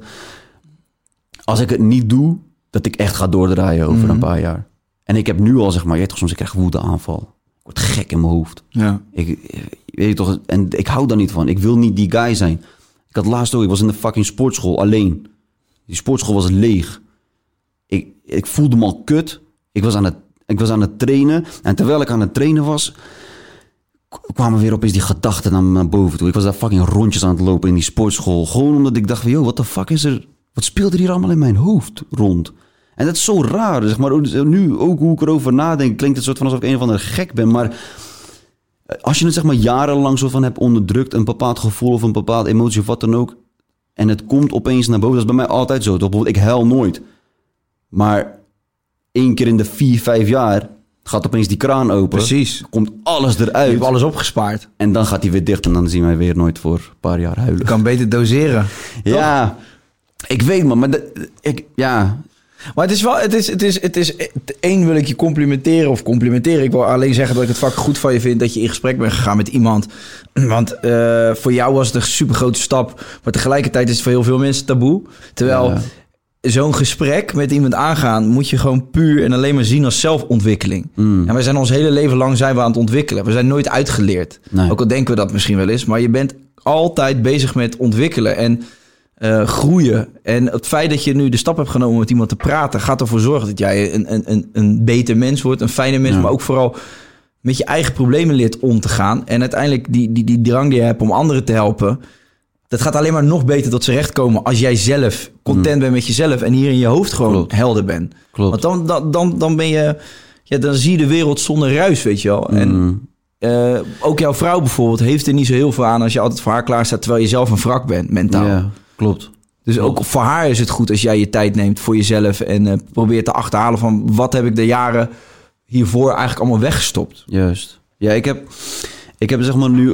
als ik het niet doe... dat ik echt ga doordraaien over Mm-hmm. een paar jaar. En ik heb nu al, zeg maar... Je weet toch, soms ik krijg woedeaanval. Ik word gek in mijn hoofd. Ja. Ik, weet je toch, en ik hou daar niet van. Ik wil niet die guy zijn. Ik had laatst ook, ik was in de fucking sportschool alleen. Die sportschool was leeg. Ik, ik voelde me al kut. Ik was, aan het, ik was aan het trainen. En terwijl ik aan het trainen was... k- kwamen weer opeens die gedachten naar, naar boven toe. Ik was daar fucking rondjes aan het lopen in die sportschool. Gewoon omdat ik dacht van... yo, wat de fuck is er... Wat speelt er hier allemaal in mijn hoofd rond? En dat is zo raar. Zeg maar, nu ook hoe ik erover nadenk... klinkt het soort van alsof ik een of andere gek ben. Maar als je het zeg maar jarenlang zo van hebt onderdrukt... een bepaald gevoel of een bepaalde emotie of wat dan ook... en het komt opeens naar boven... dat is bij mij altijd zo. Bijvoorbeeld, ik huil nooit. Maar één keer in de vier, vijf jaar... gaat opeens die kraan open. Precies. Komt alles Je eruit. hebt alles opgespaard. En dan gaat hij weer dicht... en dan zien wij weer nooit voor een paar jaar huilen. Je kan beter doseren. Ja, ik weet man, maar de, ik, ja... Maar het is wel, het is, het is, het is, één wil ik je complimenteren of complimenteren. Ik wil alleen zeggen dat ik het fucking goed van je vind dat je in gesprek bent gegaan met iemand. Want uh, voor jou was het een super grote stap, maar tegelijkertijd is het voor heel veel mensen taboe. Terwijl Ja. zo'n gesprek met iemand aangaan moet je gewoon puur en alleen maar zien als zelfontwikkeling. Mm. En wij zijn ons hele leven lang zijn we aan het ontwikkelen. We zijn nooit uitgeleerd. Nee. Ook al denken we dat misschien wel eens, maar je bent altijd bezig met ontwikkelen en Uh, groeien. En het feit dat je nu de stap hebt genomen om met iemand te praten... gaat ervoor zorgen dat jij een, een, een, een beter mens wordt. Een fijne mens, Ja. maar ook vooral met je eigen problemen leert om te gaan. En uiteindelijk die, die, die drang die je hebt om anderen te helpen... dat gaat alleen maar nog beter tot z'n recht komen... als jij zelf content mm. bent met jezelf... en hier in je hoofd gewoon Klopt. helder bent. Klopt. Want dan, dan, dan, dan ben je... Ja, dan zie je de wereld zonder ruis, weet je wel. En Mm. uh, ook jouw vrouw bijvoorbeeld... heeft er niet zo heel veel aan... als je altijd voor haar klaar staat... terwijl je zelf een wrak bent, mentaal. Ja, klopt. Dus ook voor haar is het goed als jij je tijd neemt voor jezelf... en uh, probeert te achterhalen van... wat heb ik de jaren hiervoor eigenlijk allemaal weggestopt. Juist. Ja, ik heb, ik heb zeg maar nu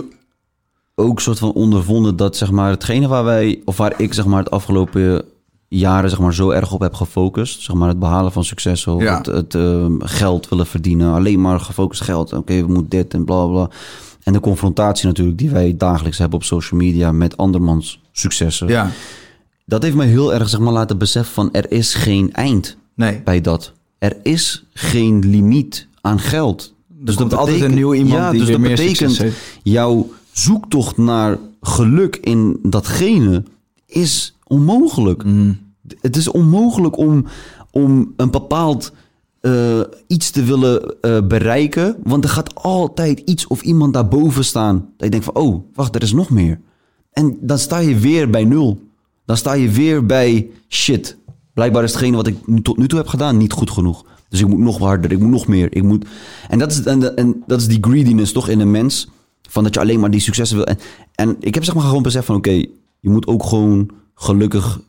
ook soort van ondervonden... dat zeg maar hetgene waar wij... of waar ik zeg maar het afgelopen jaren zeg maar zo erg op heb gefocust... zeg maar het behalen van succes... of Ja. het, het uh, geld willen verdienen... alleen maar gefocust geld. Oké, okay, we moeten dit en bla bla. En de confrontatie natuurlijk die wij dagelijks hebben op social media... met andermans successen. Ja, Dat heeft me heel erg zeg maar, laten beseffen van... er is geen eind nee. bij dat. Er is geen limiet aan geld. Dus komt altijd een nieuw iemand ja, die dus weer dat meer betekent succes heeft. jouw zoektocht naar geluk in datgene is onmogelijk. Mm. Het is onmogelijk om, om een bepaald uh, iets te willen uh, bereiken... want er gaat altijd iets of iemand daarboven staan... dat je denkt van, oh, wacht, er is nog meer. En dan sta je weer bij nul. Dan sta je weer bij shit. Blijkbaar is hetgene wat ik tot nu toe heb gedaan niet goed genoeg. Dus ik moet nog harder, ik moet nog meer. Ik moet... En, dat is, en, en dat is die greediness toch in een mens. Van dat je alleen maar die successen wil. En, en ik heb zeg maar gewoon besef van oké, okay, je moet ook gewoon gelukkig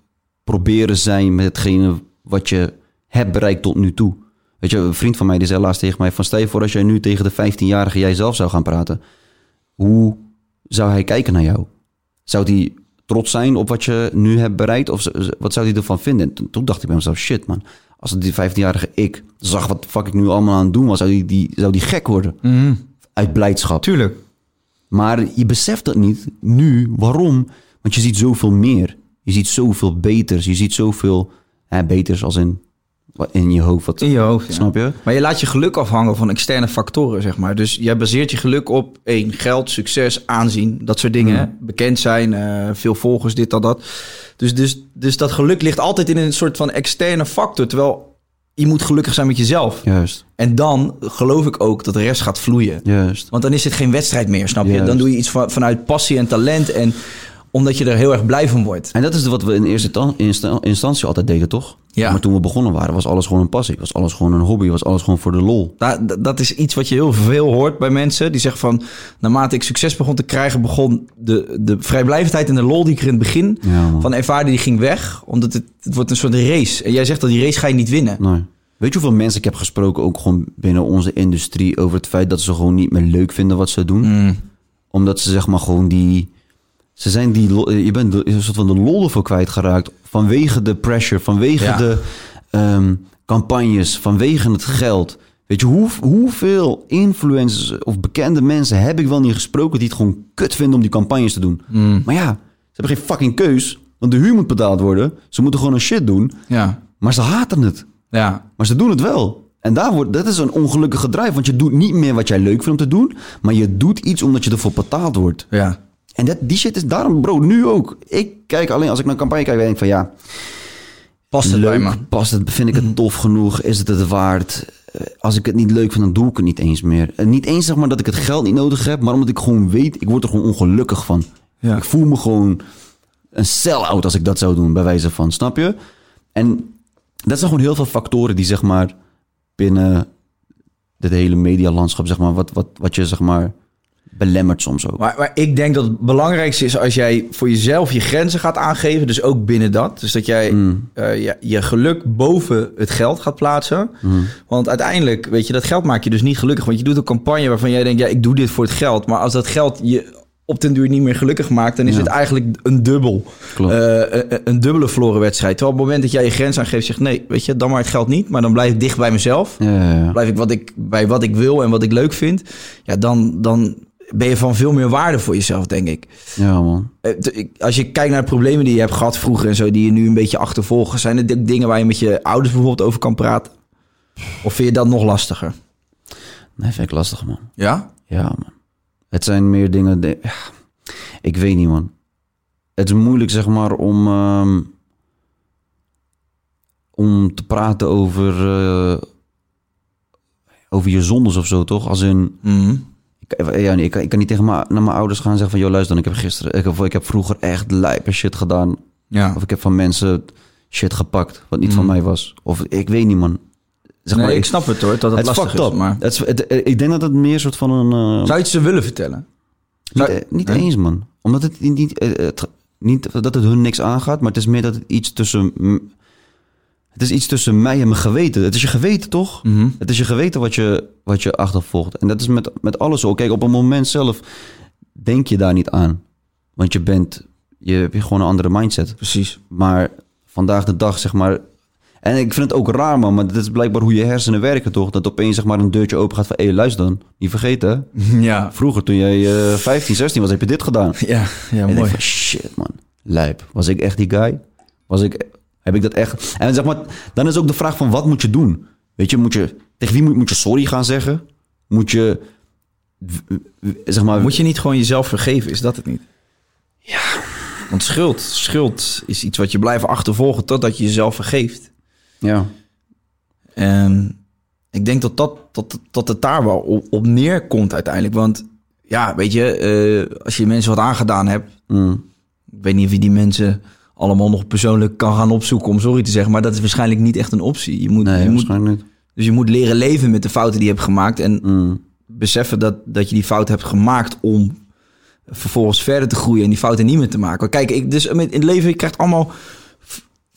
proberen zijn met hetgene wat je hebt bereikt tot nu toe. Weet je, een vriend van mij die zei laatst tegen mij van stel je voor als jij nu tegen de vijftienjarige jijzelf zou gaan praten. Hoe zou hij kijken naar jou? Zou hij trots zijn op wat je nu hebt bereikt? Of wat zou hij ervan vinden? En toen dacht ik bij mezelf, shit man. Als die vijftienjarige ik zag wat de fuck ik nu allemaal aan het doen was, zou die, die, zou die gek worden. Mm. Uit blijdschap. Tuurlijk. Maar je beseft dat niet nu. Waarom? Want je ziet zoveel meer. Je ziet zoveel beters. Je ziet zoveel hè, beters als in, in je hoofd. Wat, in je hoofd, snap ja. je? Maar je laat je geluk afhangen van externe factoren, zeg maar. Dus jij baseert je geluk op één, geld, succes, aanzien. Dat soort dingen. Mm. Bekend zijn, uh, veel volgers, dit, dat, dat. Dus, dus, dus dat geluk ligt altijd in een soort van externe factor. Terwijl je moet gelukkig zijn met jezelf. Juist. En dan geloof ik ook dat de rest gaat vloeien. Juist. Want dan is het geen wedstrijd meer, snap je? Juist. Dan doe je iets van, vanuit passie en talent. En omdat je er heel erg blij van wordt. En dat is wat we in eerste instantie altijd deden, toch? Ja. Maar toen we begonnen waren, was alles gewoon een passie. Was alles gewoon een hobby. Was alles gewoon voor de lol. Dat, dat is iets wat je heel veel hoort bij mensen. Die zeggen van, naarmate ik succes begon te krijgen, begon de, de vrijblijvendheid en de lol die ik er in het begin Ja, van ervaarde, die ging weg. Omdat het, het wordt een soort race. En jij zegt dat die race ga je niet winnen. Nee. Weet je hoeveel mensen ik heb gesproken, ook gewoon binnen onze industrie, over het feit dat ze gewoon niet meer leuk vinden wat ze doen? Mm. Omdat ze zeg maar gewoon die... Ze zijn die... Je bent de, een soort van de lol ervoor kwijtgeraakt. Vanwege de pressure, vanwege Ja. de um, campagnes, vanwege het geld. Weet je, hoe, hoeveel influencers of bekende mensen heb ik wel niet gesproken die het gewoon kut vinden om die campagnes te doen? Mm. Maar ja, ze hebben geen fucking keus, want de huur moet betaald worden. Ze moeten gewoon een shit doen, Ja. maar ze haten het. Ja. Maar ze doen het wel. En daar wordt, dat is een ongelukkige drive. Want je doet niet meer wat jij leuk vindt om te doen. Maar je doet iets omdat je ervoor betaald wordt. Ja. En dat, die shit is daarom, bro, nu ook. Ik kijk alleen, als ik naar een campagne kijk, denk ik van ja... Past het leuk, bij me? Past het, vind ik het tof genoeg? Is het het waard? Als ik het niet leuk vind, dan doe ik het niet eens meer. En niet eens zeg maar dat ik het geld niet nodig heb. Maar omdat ik gewoon weet, ik word er gewoon ongelukkig van. Ja. Ik voel me gewoon een sell-out als ik dat zou doen, bij wijze van. Snap je? En... Dat zijn gewoon heel veel factoren die zeg maar binnen dit hele medialandschap zeg maar wat, wat, wat je zeg maar belemmert soms ook. Maar, maar ik denk dat het belangrijkste is als jij voor jezelf je grenzen gaat aangeven. Dus ook binnen dat. Dus dat jij Mm. uh, je, je geluk boven het geld gaat plaatsen. Mm. Want uiteindelijk, weet je, dat geld maakt je dus niet gelukkig. Want je doet een campagne waarvan jij denkt, ja, ik doe dit voor het geld. Maar als dat geld je op den duur niet meer gelukkig maakt, dan is Ja. het eigenlijk een dubbel. Klopt. Uh, een, een dubbele verloren wedstrijd. Terwijl op het moment dat jij je grens aangeeft, zegt nee, weet je, dan maar het geld niet. Maar dan blijf ik dicht bij mezelf. Ja, ja, ja. Blijf ik, wat ik bij wat ik wil en wat ik leuk vind. Ja, dan, dan ben je van veel meer waarde voor jezelf, denk ik. Ja, man. Eh, t- ik- Als je kijkt naar de problemen die je hebt gehad vroeger en zo, die je nu een beetje achtervolgen, zijn er d- dingen waar je met je ouders bijvoorbeeld over kan praten? Of vind je dat nog lastiger? Nee, vind ik lastig, man. Ja? Ja, man. Het zijn meer dingen... De, ja, ik weet niet, man. Het is moeilijk, zeg maar, om... Um, om te praten over... Uh, over je zondes of zo, toch? Als in... Mm. Ik, ja, nee, ik, kan, ik kan niet tegen mijn, naar mijn ouders gaan en zeggen van... Joh, luister, ik heb gisteren... Ik heb, ik heb vroeger echt lijpe shit gedaan. Ja. Of ik heb van mensen shit gepakt, wat niet Mm. van mij was. Of ik weet niet, man. Zeg Nee, maar, ik snap het hoor, dat het, het is lastig fucked is. up. Maar... Het is, het, ik denk dat het meer soort van een... Uh, Zou je het ze willen vertellen? niet Zou- niet Hè? eens, man. Omdat het niet, het, het, niet... Dat het hun niks aangaat, maar het is meer dat het iets tussen... Het is iets tussen mij en mijn geweten. Het is je geweten, toch? Mm-hmm. Het is je geweten wat je, wat je achtervolgt. En dat is met, met alles zo. Kijk, op een moment zelf denk je daar niet aan. Want je bent... Je hebt gewoon een andere mindset. Precies. Maar vandaag de dag, zeg maar... En ik vind het ook raar, man. Maar dat is blijkbaar hoe je hersenen werken, toch? Dat opeens zeg maar een deurtje open gaat van... Hé, luister dan. Niet vergeten, hè? Ja. Vroeger, toen jij uh, vijftien, zestien was, heb je dit gedaan. Ja, ja, En ik mooi. denk van, shit, man. Lijp. Was ik echt die guy? Was ik... Heb ik dat echt... En zeg maar, dan is ook de vraag van, wat moet je doen? Weet je, moet je... Tegen wie moet, moet je sorry gaan zeggen? Moet je... Zeg maar... Moet je niet gewoon jezelf vergeven? Is dat het niet? Ja. Want schuld, schuld is iets wat je blijft achtervolgen totdat je jezelf vergeeft. Ja. En ik denk dat, dat, dat, dat het daar wel op, op neerkomt uiteindelijk. Want ja, weet je, uh, als je mensen wat aangedaan hebt... Mm. Ik weet niet of je die mensen allemaal nog persoonlijk kan gaan opzoeken om sorry te zeggen. Maar dat is waarschijnlijk niet echt een optie. Je moet, Nee, je moet, waarschijnlijk niet. dus je moet leren leven met de fouten die je hebt gemaakt. En Mm. beseffen dat, dat je die fout hebt gemaakt om vervolgens verder te groeien en die fouten niet meer te maken. Kijk, ik, dus in het leven, je krijgt allemaal f-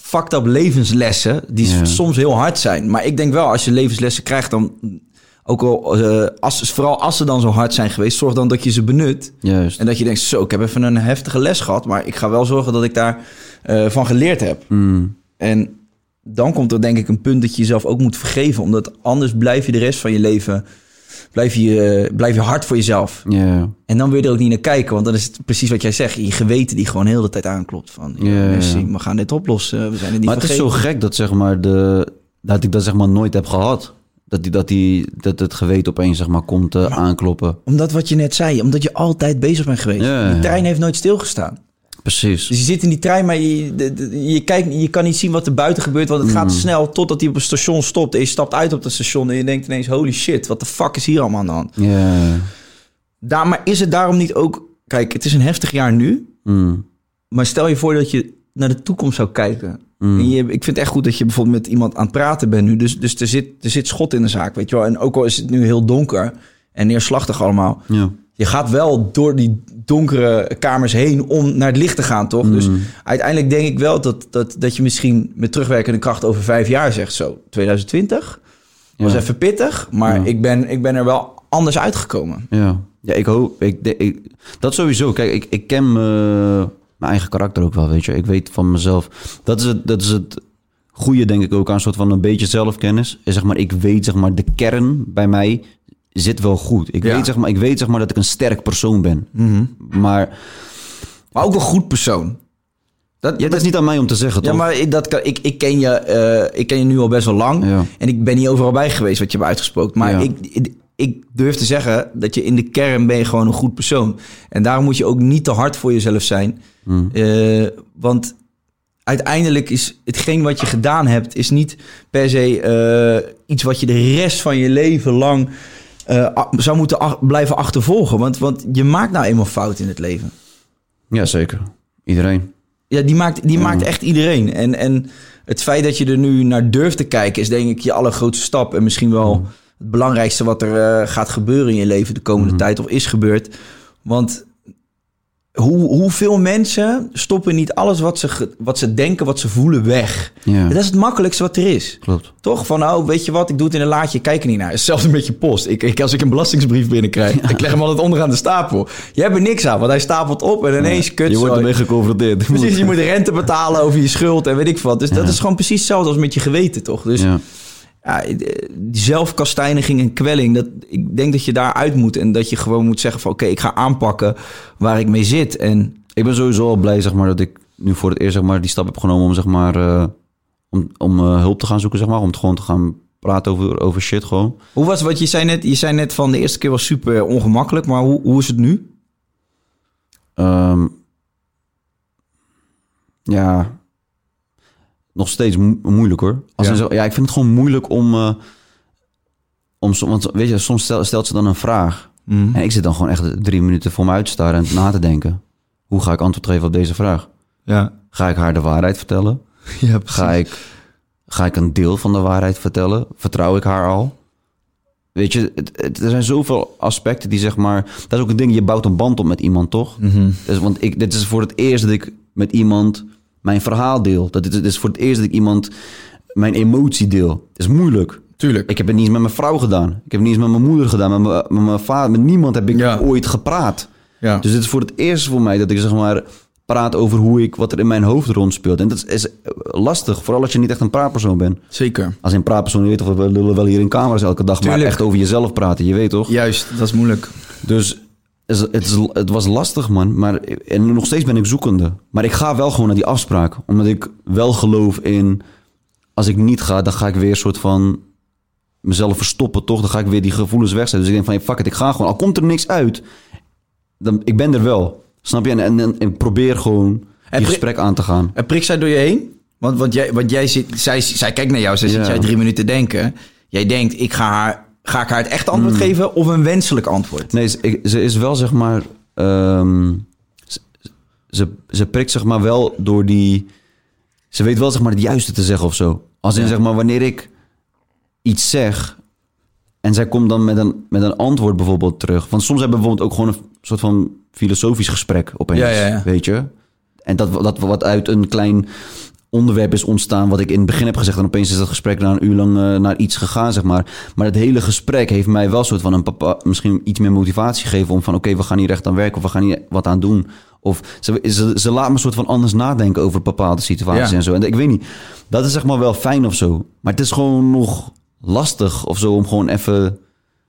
fucked up levenslessen die Ja. soms heel hard zijn. Maar ik denk wel, als je levenslessen krijgt, dan ook al, uh, als, vooral als ze dan zo hard zijn geweest, zorg dan dat je ze benut. Juist. En dat je denkt, zo, ik heb even een heftige les gehad, maar ik ga wel zorgen dat ik daar uh, van geleerd heb. Mm. En dan komt er denk ik een punt dat je jezelf ook moet vergeven, omdat anders blijf je de rest van je leven, blijf je, uh, blijf je hard voor jezelf. Ja. En dan wil je er ook niet naar kijken, want dan is het precies wat jij zegt. Je geweten die gewoon heel de tijd aanklopt. Van, ja, Ja, Messi, ja. we gaan dit oplossen. We zijn het niet Maar het is vergeten. zo gek dat, zeg maar, de, dat ik dat zeg maar nooit heb gehad. Dat, die, dat, die, dat het geweten opeens zeg maar, komt uh, aankloppen. Omdat wat je net zei, omdat je altijd bezig bent geweest. Ja. Die trein heeft nooit stilgestaan. Precies. Dus je zit in die trein, maar je, de, de, je, kijkt, je kan niet zien wat er buiten gebeurt. Want het gaat snel totdat hij op een station stopt. En je stapt uit op het station en je denkt ineens, holy shit, wat de fuck is hier allemaal aan de hand? Ja. Daar, maar is het daarom niet ook... Kijk, het is een heftig jaar nu. Mm. Maar stel je voor dat je naar de toekomst zou kijken. Mm. En je, ik vind het echt goed dat je bijvoorbeeld met iemand aan het praten bent nu. Dus, dus er, zit, er zit schot in de zaak, weet je wel. En ook al is het nu heel donker en neerslachtig allemaal. Ja. Je gaat wel door die donkere kamers heen om naar het licht te gaan, toch? Mm. Dus uiteindelijk denk ik wel dat, dat, dat je misschien met terugwerkende kracht over vijf jaar zegt zo. twintig twintig was Ja. even pittig, maar Ja. ik, ben, ik ben er wel anders uitgekomen. Ja. Ja, ik hoop... Ik, de- ik, dat sowieso. Kijk, ik, ik ken me, mijn eigen karakter ook wel, weet je. Ik weet van mezelf... Dat is het, dat is het goede, denk ik, ook aan een soort van een beetje zelfkennis. Is, zeg maar, ik weet, zeg maar, de kern bij mij zit wel goed. Ik, Ja. weet, zeg maar, ik weet, zeg maar, dat ik een sterk persoon ben. Maar Maar ook een goed persoon. Dat, ja, dat is niet aan mij om te zeggen, toch? Ja, maar ik, dat kan, ik, ik, ken je, eh, ik ken je nu al best wel lang. Ja. En ik ben niet overal bij geweest wat je hebt uitgesproken. Maar Ja. ik, ik, ik durf te zeggen dat je in de kern ben je gewoon een goed persoon. En daarom moet je ook niet te hard voor jezelf zijn. Hmm. Eh, want uiteindelijk is hetgeen wat je gedaan hebt... is niet per se eh, iets wat je de rest van je leven lang... eh, a- zou moeten ach- blijven achtervolgen. Want, want je maakt nou eenmaal fout in het leven. Ja, zeker. Iedereen. Ja, die maakt, die Ja. maakt echt iedereen. En, en het feit dat je er nu naar durft te kijken... is denk ik je allergrootste stap. En misschien wel Mm. het belangrijkste wat er uh, gaat gebeuren in je leven... de komende Mm. tijd of is gebeurd. Want hoe, hoeveel mensen stoppen niet alles wat ze, ge- wat ze denken, wat ze voelen weg? Ja, Dat is het makkelijkste wat er is. klopt. Toch? Van nou, weet je wat, ik doe het in een laadje, ik kijk er niet naar. Hetzelfde met je post. Ik, ik, als ik een belastingsbrief binnenkrijg, ik leg hem altijd onderaan de stapel. Je hebt er niks aan, want hij stapelt op en ineens kut. Je wordt ermee geconfronteerd. Precies, je moet rente betalen over je schuld en weet ik wat. Dus dat Ja. is gewoon precies hetzelfde als met je geweten, toch? Dus ja. Ja. die zelfkastijniging en kwelling, dat, ik denk dat je daaruit moet. En dat je gewoon moet zeggen van oké, ik ga aanpakken waar ik mee zit. En Ik ben sowieso al blij, zeg maar, dat ik nu voor het eerst, zeg maar, die stap heb genomen om, zeg maar, uh, om, om uh, hulp te gaan zoeken, zeg maar. Om het gewoon te gaan praten over, over shit gewoon. hoe was wat je zei net? Je zei net van de eerste keer was super ongemakkelijk, maar hoe, hoe is het nu? Um, ja, nog steeds mo- moeilijk hoor. Als Ja. ja. Zo, ja, ik vind het gewoon moeilijk om, uh, om so- want weet je, soms stel, stelt ze dan een vraag. Mm. En ik zit dan gewoon echt drie minuten voor me uit te staren en na te denken. Hoe ga ik antwoord geven op deze vraag? Ja. Ga ik haar de waarheid vertellen? Ja, Ga ik, ga ik een deel van de waarheid vertellen? Vertrouw ik haar al? Weet je, het, het- er zijn zoveel aspecten die zeg maar... Dat is ook een ding, je bouwt een band op met iemand, toch? Mhm. Dus, want ik, dit is voor het eerst dat ik met iemand mijn verhaal deel. Dat dit, dit is voor het eerst dat ik iemand mijn emotie deel. Het is moeilijk. Tuurlijk. Ik heb het niet eens met mijn vrouw gedaan. Ik heb het niet eens met mijn moeder gedaan. Met mijn, met mijn vader. Met niemand heb ik Ja. ooit gepraat. Ja. Dus dit is voor het eerst voor mij dat ik zeg maar praat over hoe ik, wat er in mijn hoofd rondspeelt. En dat is, is lastig, vooral als je niet echt een praatpersoon bent. Zeker. Als een praatpersoon, je weet toch, we lullen wel hier in camera's elke dag, Tuurlijk. maar echt over jezelf praten, je weet toch? Juist, dat is moeilijk. Dus het, is- het, is, het was lastig, man. Maar, en nog steeds ben ik zoekende. Maar ik ga wel gewoon naar die afspraak. Omdat ik wel geloof in, als ik niet ga, dan ga ik weer een soort van mezelf verstoppen, toch? Dan ga ik weer die gevoelens wegzetten. Dus ik denk van, hey, fuck it, ik ga gewoon. Al komt er niks uit, dan, ik ben er wel. Snap je? En, en, en, en probeer gewoon En die pri- gesprek aan te gaan. En prikt zij door je heen? Want, want, jij, want jij zit, zij, zij kijkt naar jou, zij zit Ja. jij drie minuten denken. Jij denkt, ik ga, haar, ga ik haar het echte antwoord geven of een wenselijk antwoord? Nee, ze, ik- ze is wel zeg maar... ehm, ze, ze, ze prikt zeg maar wel door die... Ze weet wel zeg maar het juiste te zeggen of zo. Als in Ja. zeg maar wanneer ik iets zeg... en zij komt dan met een, met een antwoord bijvoorbeeld terug. Want soms hebben we bijvoorbeeld ook gewoon een soort van filosofisch gesprek opeens. Ja, ja, ja. Weet je? En dat, dat wat uit een klein onderwerp is ontstaan wat ik in het begin heb gezegd. En opeens is dat gesprek na een uur lang uh, naar iets gegaan, zeg maar. Maar het hele gesprek heeft mij wel soort van een papa, misschien iets meer motivatie gegeven om van oké, okay, we gaan hier echt aan werken of we gaan hier wat aan doen. Of ze, ze, ze laat me een soort van anders nadenken over bepaalde situaties ja. en zo. En ik weet niet, dat is zeg maar wel fijn of zo. Maar het is gewoon nog lastig of zo om gewoon even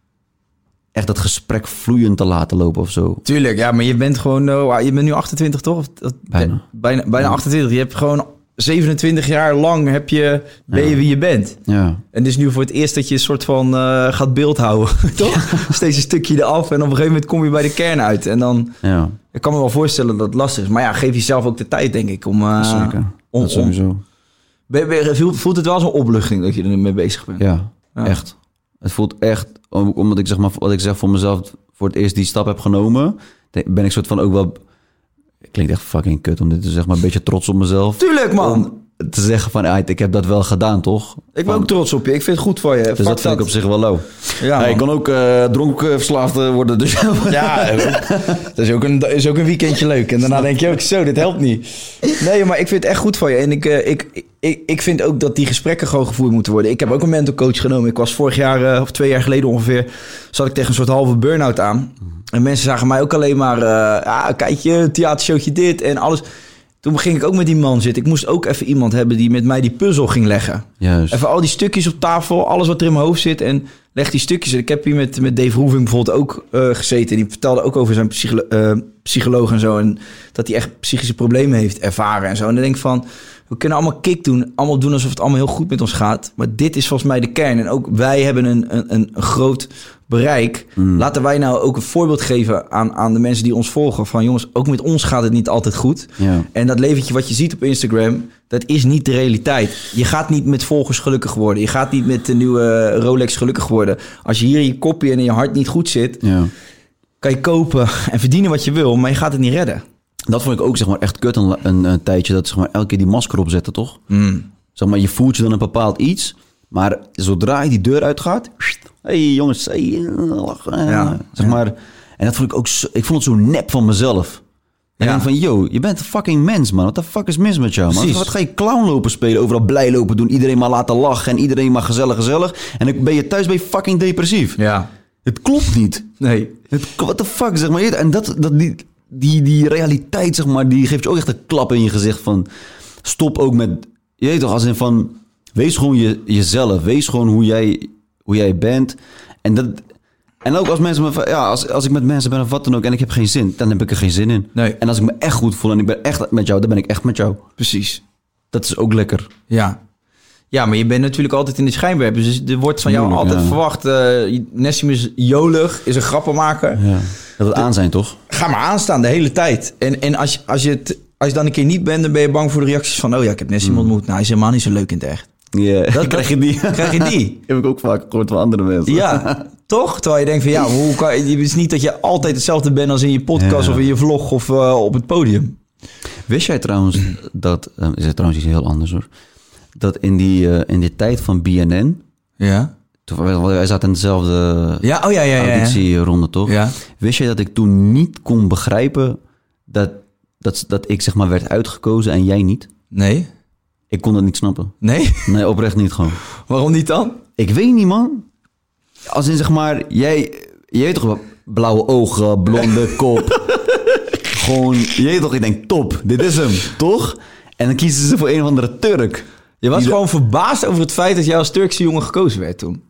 echt dat gesprek vloeiend te laten lopen of zo. Tuurlijk, ja, maar je bent gewoon, uh, je bent nu achtentwintig toch? Of, of, bijna. Bijna, bijna ja. achtentwintig. Je hebt gewoon zevenentwintig jaar lang heb je, ben je ja. wie je bent. Ja. En het is nu voor het eerst dat je een soort van uh, gaat beeld houden, toch? Ja. Steeds een stukje eraf en op een gegeven moment kom je bij de kern uit. En dan, ja. ik kan me wel voorstellen dat het lastig is. Maar ja, geef jezelf ook de tijd, denk ik, om... Uh, Zeker, om, dat sowieso. Ben, ben, voelt het wel zo'n opluchting dat je er mee bezig bent? Ja, ja. echt. Het voelt echt, omdat ik zeg maar, wat ik zeg voor mezelf, voor het eerst die stap heb genomen, ben ik soort van ook wel, klinkt echt fucking kut om dit te zeggen, maar een beetje trots op mezelf. Tuurlijk, man! Om te zeggen van, ah, ik heb dat wel gedaan, toch? Ik ben ook trots op je. Ik vind het goed voor je. Dus Fuck dat vind dat. ik op zich wel low. Ja, hey, ik kan ook uh, dronkverslaafd worden. Dus ja, dat is ook, een, is ook een weekendje leuk. En daarna denk je ook, zo, dit helpt niet. Nee, maar ik vind het echt goed voor je. En ik, uh, ik, ik, ik vind ook dat die gesprekken gewoon gevoerd moeten worden. Ik heb ook een mental coach genomen. Ik was vorig jaar, uh, of twee jaar geleden ongeveer, zat ik tegen een soort halve burn-out aan. En mensen zagen mij ook alleen maar, uh, ja, kijk je, theatershowtje dit en alles. Toen ging ik ook met die man zitten. Ik moest ook even iemand hebben die met mij die puzzel ging leggen. Juist. Even al die stukjes op tafel, alles wat er in mijn hoofd zit. En leg die stukjes. Ik heb hier met, met Dave Roeving bijvoorbeeld ook uh, gezeten. Die vertelde ook over zijn psycholo- uh, psycholoog en zo. En dat hij echt psychische problemen heeft ervaren en zo. En dan denk ik van, we kunnen allemaal kick doen. Allemaal doen alsof het allemaal heel goed met ons gaat. Maar dit is volgens mij de kern. En ook wij hebben een, een, een groot bereik. Mm. Laten wij nou ook een voorbeeld geven aan, aan de mensen die ons volgen. Van jongens, ook met ons gaat het niet altijd goed. Ja. En dat leventje wat je ziet op Instagram, dat is niet de realiteit. Je gaat niet met volgers gelukkig worden. Je gaat niet met de nieuwe Rolex gelukkig worden. Als je hier in je kopje en in je hart niet goed zit, ja. kan je kopen en verdienen wat je wil, maar je gaat het niet redden. Dat vond ik ook zeg maar echt kut een, een, een tijdje. Dat zeg maar elke keer die masker opzetten, toch? Mm. Zeg maar, je voelt je dan een bepaald iets. Maar zodra je die deur uitgaat, hey jongens, hey, lachen. Ja, zeg ja. maar. En dat vond ik ook zo, ik vond het zo nep van mezelf. En Ja. ik denk van, yo, je bent een fucking mens, man. Wat de fuck is mis met jou, man? Precies. Wat ga je clown lopen spelen, overal blij lopen doen, iedereen maar laten lachen en iedereen maar gezellig, gezellig. En dan ben je thuis ben je fucking depressief. Ja. Het klopt niet. Nee. What the fuck, zeg maar. En dat, dat, die, die, die realiteit, zeg maar, die geeft je ook echt een klap in je gezicht van, stop ook met, je weet toch, als in van, wees gewoon je, jezelf. Wees gewoon hoe jij, hoe jij bent. En dat... En ook als mensen me, ja, als, als ik met mensen ben of wat dan ook en ik heb geen zin, dan heb ik er geen zin in. Nee. En als ik me echt goed voel en ik ben echt met jou, dan ben ik echt met jou. Precies. Dat is ook lekker. Ja. Ja, maar je bent natuurlijk altijd in de schijnwerpers. Dus er wordt van jou Moeilijk, altijd ja. verwacht. Uh, Nessim is jolig, is een grappenmaker. Ja. Dat het aan zijn, toch? Ga maar aanstaan de hele tijd. En, en als, je, als, je het, als je dan een keer niet bent, dan ben je bang voor de reacties van, oh ja, ik heb Nessim ontmoet. Nou, hij is helemaal niet zo leuk in het echt. Ja, Dat- dan krijg je die. Krijg je die? heb ik ook vaak gehoord van andere mensen. Ja, toch? Terwijl je denkt van, ja, hoe kan je... Het is niet dat je altijd hetzelfde bent als in je podcast Ja. of in je vlog of uh, op het podium. Wist jij trouwens dat, uh, is het trouwens iets heel anders hoor, dat in die, uh, in die tijd van B N N, Ja? toen, wij, wij zaten in dezelfde Ja, oh ja, ja, ja. ja. auditieronde, toch? Ja. Wist jij dat ik toen niet kon begrijpen dat, dat, dat ik zeg maar werd uitgekozen en jij niet? Nee? Ik kon dat niet snappen. Nee? Nee, oprecht niet gewoon. Waarom niet dan? Ik weet niet, man. Als in zeg maar, jij, je weet toch wel, blauwe ogen, blonde kop. Gewoon, je weet toch, ik denk top, dit is hem, toch? En dan kiezen ze voor een of andere Turk. Je was Die- gewoon verbaasd over het feit dat jij als Turkse jongen gekozen werd toen.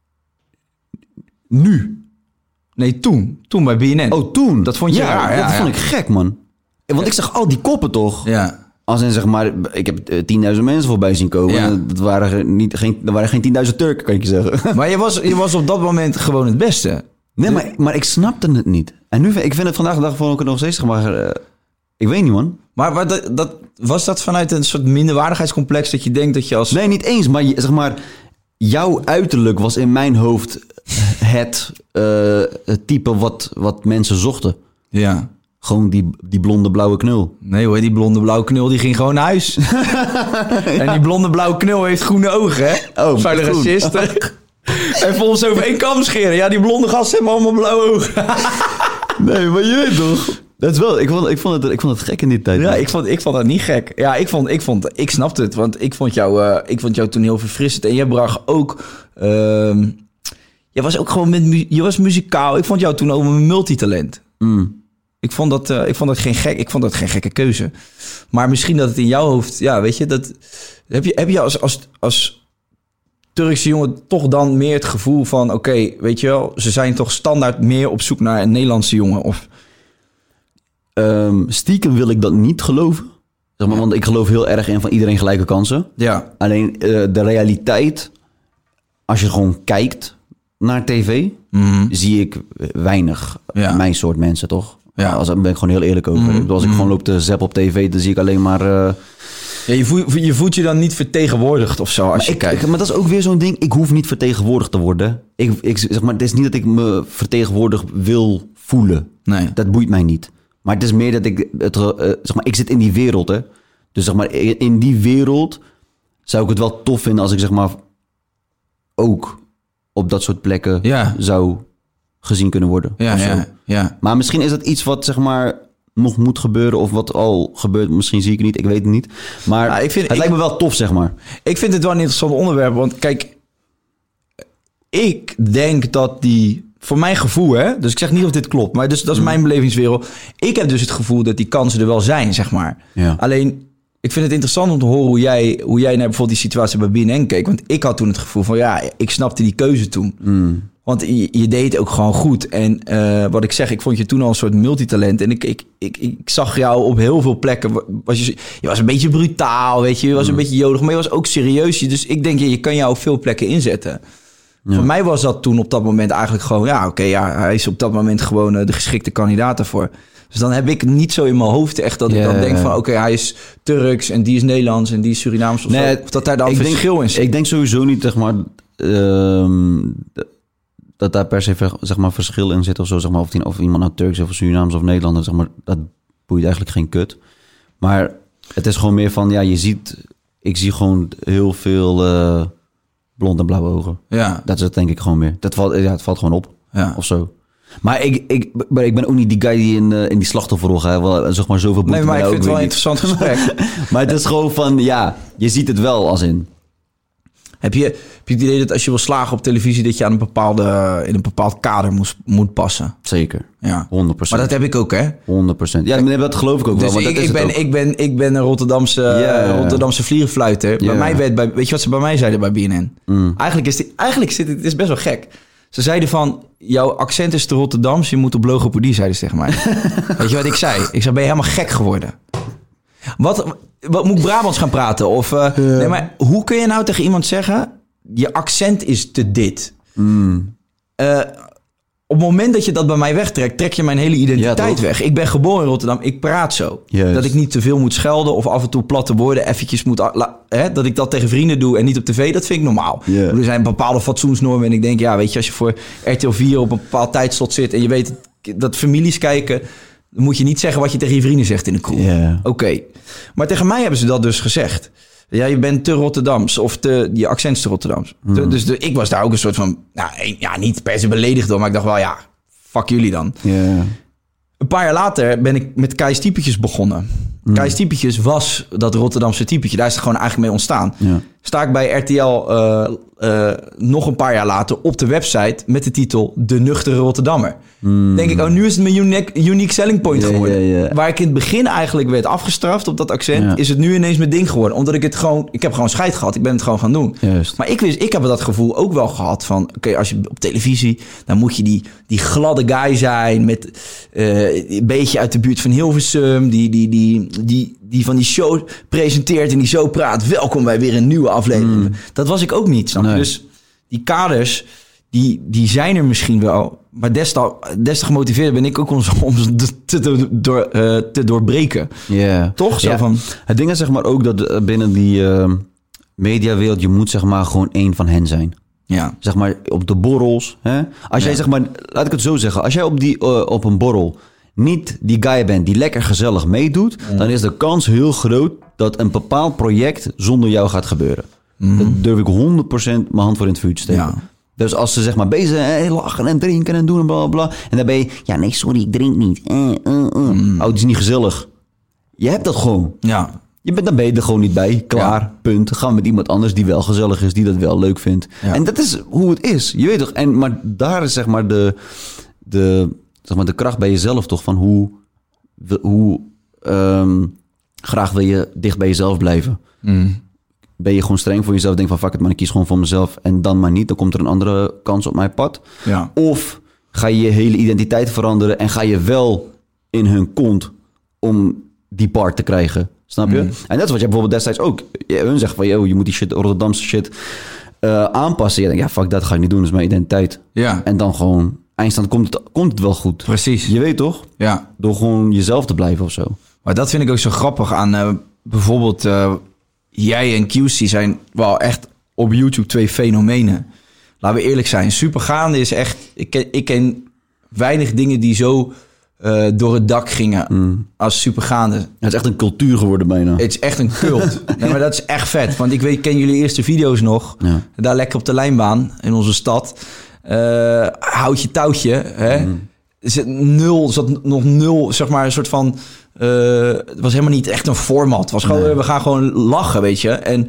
Nu. Nee, toen. Toen bij B N N. Oh, toen. Dat vond je ja, raar, ja, dat ja. vond ik gek, man. Want ik zag al die koppen toch? Ja. Als in zeg maar, ik heb eh, tienduizend mensen voorbij zien komen. Ja. En dat waren ge- niet, geen, dat waren geen tienduizend Turken, kan ik je zeggen. Maar je was, je was op dat moment gewoon het beste. Nee, maar, maar ik snapte het niet. En nu, vind- ik vind het vandaag de dag gewoon ook nog steeds, zeg maar, eh, ik weet niet, man. Maar, maar dat, dat, was dat vanuit een soort minderwaardigheidscomplex dat je denkt dat je als... Nee, niet eens, maar je- zeg maar, jouw uiterlijk was in mijn hoofd het, uh, het type wat, wat mensen zochten. Ja. Gewoon die, die blonde blauwe knul. Nee hoor, die blonde blauwe knul die ging gewoon naar huis. En die blonde blauwe knul heeft groene ogen, hè? Oh, vuile goed. racisten. En voor ons over één kam scheren. Ja, die blonde gasten hebben allemaal blauwe ogen. Nee, maar je weet toch? Dat is wel, ik vond, ik, vond het, ik vond het gek in die tijd. Ja, ik vond, ik vond het niet gek. Ja, ik vond, ik vond, ik snapte het, want ik vond jou, uh, ik vond jou toen heel verfrissend. En jij bracht ook, uh, je was ook gewoon met, mu- je was muzikaal. Ik vond jou toen ook een multitalent. Mm. Ik vond dat, uh, ik vond dat geen gek, ik vond dat geen gekke keuze. Maar misschien dat het in jouw hoofd, ja, weet je, dat heb je, heb je als, als, als Turkse jongen toch dan meer het gevoel van, oké, okay, weet je wel, ze zijn toch standaard meer op zoek naar een Nederlandse jongen of... Um, stiekem wil ik dat niet geloven. Zeg maar, want ik geloof heel erg in van iedereen gelijke kansen. Ja. Alleen uh, de realiteit, als je gewoon kijkt naar tv, mm. zie ik weinig ja. mijn soort mensen, toch? Ja. Als, daar ben ik gewoon heel eerlijk over. Mm. Als ik mm. gewoon loop te zappen op tv, dan zie ik alleen maar... Uh... Ja, je, voelt, je voelt je dan niet vertegenwoordigd of zo als maar je ik, kijkt. Maar dat is ook weer zo'n ding. Ik hoef niet vertegenwoordigd te worden. Ik, ik, zeg maar, het is niet dat ik me vertegenwoordigd wil voelen. Nee. Dat boeit mij niet. Maar het is meer dat ik... Het, uh, zeg maar, ik zit in die wereld, hè. Dus zeg maar, in die wereld zou ik het wel tof vinden als ik zeg maar ook op dat soort plekken ja. zou gezien kunnen worden. Ja, ja, ja. Maar misschien is dat iets wat zeg maar nog moet gebeuren of wat al gebeurt. Misschien zie ik het niet, ik weet het niet. Maar ja, ik vind, het ik, lijkt me wel tof, zeg maar. Ik vind het wel een interessant onderwerp, want kijk, ik denk dat die... Voor mijn gevoel, hè. Dus ik zeg niet of dit klopt. Maar dus, dat is mm. mijn belevingswereld. Ik heb dus het gevoel dat die kansen er wel zijn, zeg maar. Ja. Alleen, ik vind het interessant om te horen hoe jij, hoe jij naar bijvoorbeeld die situatie bij B N N keek. Want ik had toen het gevoel van, ja, ik snapte die keuze toen. Mm. Want je, je deed het ook gewoon goed. En uh, wat ik zeg, ik vond je toen al een soort multitalent. En ik, ik, ik, ik zag jou op heel veel plekken. Was je, je was een beetje brutaal, weet je. Je was mm. een beetje jodig, maar je was ook serieus. Dus ik denk, je kan jou op veel plekken inzetten. Ja. Voor mij was dat toen op dat moment eigenlijk gewoon... ja, oké, okay, ja, hij is op dat moment gewoon uh, de geschikte kandidaat ervoor. Dus dan heb ik niet zo in mijn hoofd echt dat yeah. ik dan denk van... oké, okay, hij is Turks en die is Nederlands en die is Surinaams of nee, zo. Of dat daar dan een verschil denk, in zit. Ik denk sowieso niet, zeg maar... Uh, dat daar per se zeg maar, verschil in zit of zo. Zeg maar, of, die, of iemand nou Turks of Surinaams of Nederlander... Zeg maar, dat boeit eigenlijk geen kut. Maar het is gewoon meer van... ja, je ziet... ik zie gewoon heel veel... Uh, blond en blauwe ogen. Ja. Dat is het denk ik gewoon meer. Dat valt, ja, het valt gewoon op. Ja. Of zo. Maar ik, ik, maar ik ben ook niet die guy die in, uh, in die slachtofferrol gaat. Wel, zeg maar zoveel boete. Nee, maar ik vind het wel een interessant gesprek. Maar het is gewoon van, ja, je ziet het wel als in. Heb je, heb je het idee dat als je wil slagen op televisie... dat je aan een bepaalde, in een bepaald kader moest, moet passen? Zeker. Ja. honderd procent. Maar dat heb ik ook, hè? honderd procent. Ja, dat geloof ik ook dus wel. Maar ik, dat is ik, ben, ik, ben, ik ben een Rotterdamse, yeah. Rotterdamse vliegenfluiter. Yeah. Bij mij werd, bij, weet je wat ze bij mij zeiden bij B N N? Mm. Eigenlijk is, die, eigenlijk zit het, het is best wel gek. Ze zeiden van, jouw accent is te Rotterdams, je moet op logopedie, zeiden ze tegen mij. Weet je wat ik zei? Ik zei, ben je helemaal gek geworden? Wat, wat moet ik Brabants gaan praten? Of, uh, yeah. nee, maar hoe kun je nou tegen iemand zeggen... je accent is te dit. Mm. Uh, op het moment dat je dat bij mij wegtrekt... trek je mijn hele identiteit ja, weg. Ik ben geboren in Rotterdam, ik praat zo. Yes. Dat ik niet te veel moet schelden... of af en toe platte woorden eventjes moet... La, hè, dat ik dat tegen vrienden doe en niet op tv... dat vind ik normaal. Yeah. Er zijn bepaalde fatsoensnormen... en ik denk, ja, weet je... als je voor R T L vier op een bepaald tijdslot zit... en je weet dat families kijken... dan moet je niet zeggen wat je tegen je vrienden zegt in de kroeg. Yeah. Oké. Okay. Maar tegen mij hebben ze dat dus gezegd... Ja, je bent te Rotterdams of te, je accent is te Rotterdams. Mm. De, dus de, ik was daar ook een soort van... Nou, ja, niet per se beledigd door, maar ik dacht wel, ja, fuck jullie dan. Yeah. Een paar jaar later ben ik met Kees Typetjes begonnen. Mm. Kees Typetjes was dat Rotterdamse typetje. Daar is het gewoon eigenlijk mee ontstaan. Yeah. Sta ik bij R T L uh, uh, nog een paar jaar later op de website... met de titel De Nuchtere Rotterdammer. Mm. Denk ik, oh, nu is het mijn unique, unique selling point yeah, geworden. Yeah, yeah. Waar ik in het begin eigenlijk werd afgestraft op dat accent... Yeah. is het nu ineens mijn ding geworden. Omdat ik het gewoon... Ik heb gewoon scheid gehad. Ik ben het gewoon gaan doen. Juist. Maar ik wist, ik heb dat gevoel ook wel gehad van... Oké, okay, als je op televisie... dan moet je die, die gladde guy zijn... met uh, een beetje uit de buurt van Hilversum... die, die, die, die, die van die show presenteert en die zo praat... welkom bij weer een nieuwe aflevering. Mm. Dat was ik ook niet, snap je? Nee. Dus die kaders... Die, die zijn er misschien wel, maar des te, des te gemotiveerd ben ik ook om, om te, te, door, uh, te doorbreken. Yeah. Toch? Zo ja. van... Het ding is zeg maar ook dat binnen die uh, mediawereld... je moet zeg maar gewoon één van hen zijn. Ja. Zeg maar op de borrels. Hè? Als ja. jij zeg maar, laat ik het zo zeggen... als jij op, die, uh, op een borrel niet die guy bent die lekker gezellig meedoet... Ja. dan is de kans heel groot dat een bepaald project zonder jou gaat gebeuren. Mm-hmm. Dat durf ik honderd procent mijn hand voor in het vuur te steken. Ja. Dus als ze zeg maar bezig zijn, hey, lachen en drinken en doen en bla bla. En dan ben je, ja nee, sorry, ik drink niet. Uh, uh, uh. Mm. Oh, het is niet gezellig. Je hebt dat gewoon. Ja. Je bent, dan ben je er gewoon niet bij. Klaar, ja. punt. Gaan we met iemand anders die wel gezellig is, die dat wel leuk vindt. Ja. En dat is hoe het is. Je weet toch? En, maar daar is zeg maar de, de, zeg maar de kracht bij jezelf toch. Van hoe, hoe um, graag wil je dicht bij jezelf blijven. Mm. Ben je gewoon streng voor jezelf. Denk van fuck it man, ik kies gewoon voor mezelf. En dan maar niet. Dan komt er een andere kans op mijn pad. Ja. Of ga je je hele identiteit veranderen. En ga je wel in hun kont om die part te krijgen. Snap je? Mm. En dat is wat jij bijvoorbeeld destijds ook... Hun zeggen van, yo, je moet die shit, Rotterdamse shit uh, aanpassen. Je denkt, ja, fuck, dat ga ik niet doen. Dat is mijn identiteit. Ja. En dan gewoon... Eindstand komt het, komt het wel goed. Precies. Je weet toch? Ja. Door gewoon jezelf te blijven of zo. Maar dat vind ik ook zo grappig aan... Uh, bijvoorbeeld, uh, jij en Q C zijn wel echt op YouTube twee fenomenen. Laten we eerlijk zijn. Supergaande is echt... Ik ken, ik ken weinig dingen die zo... Uh, door het dak gingen mm. als Supergaande. Het is echt een cultuur geworden bijna. Het is echt een cult. Nee, maar dat is echt vet. Want ik weet, ken jullie eerste video's nog? Ja. Daar lekker op de lijnbaan in onze stad. Uh, houtje touwtje. Hè? Mm. Zit nul, zat nog nul, zeg maar, een soort van... Uh, het was helemaal niet echt een format. Het was gewoon, nee. We gaan gewoon lachen, weet je. En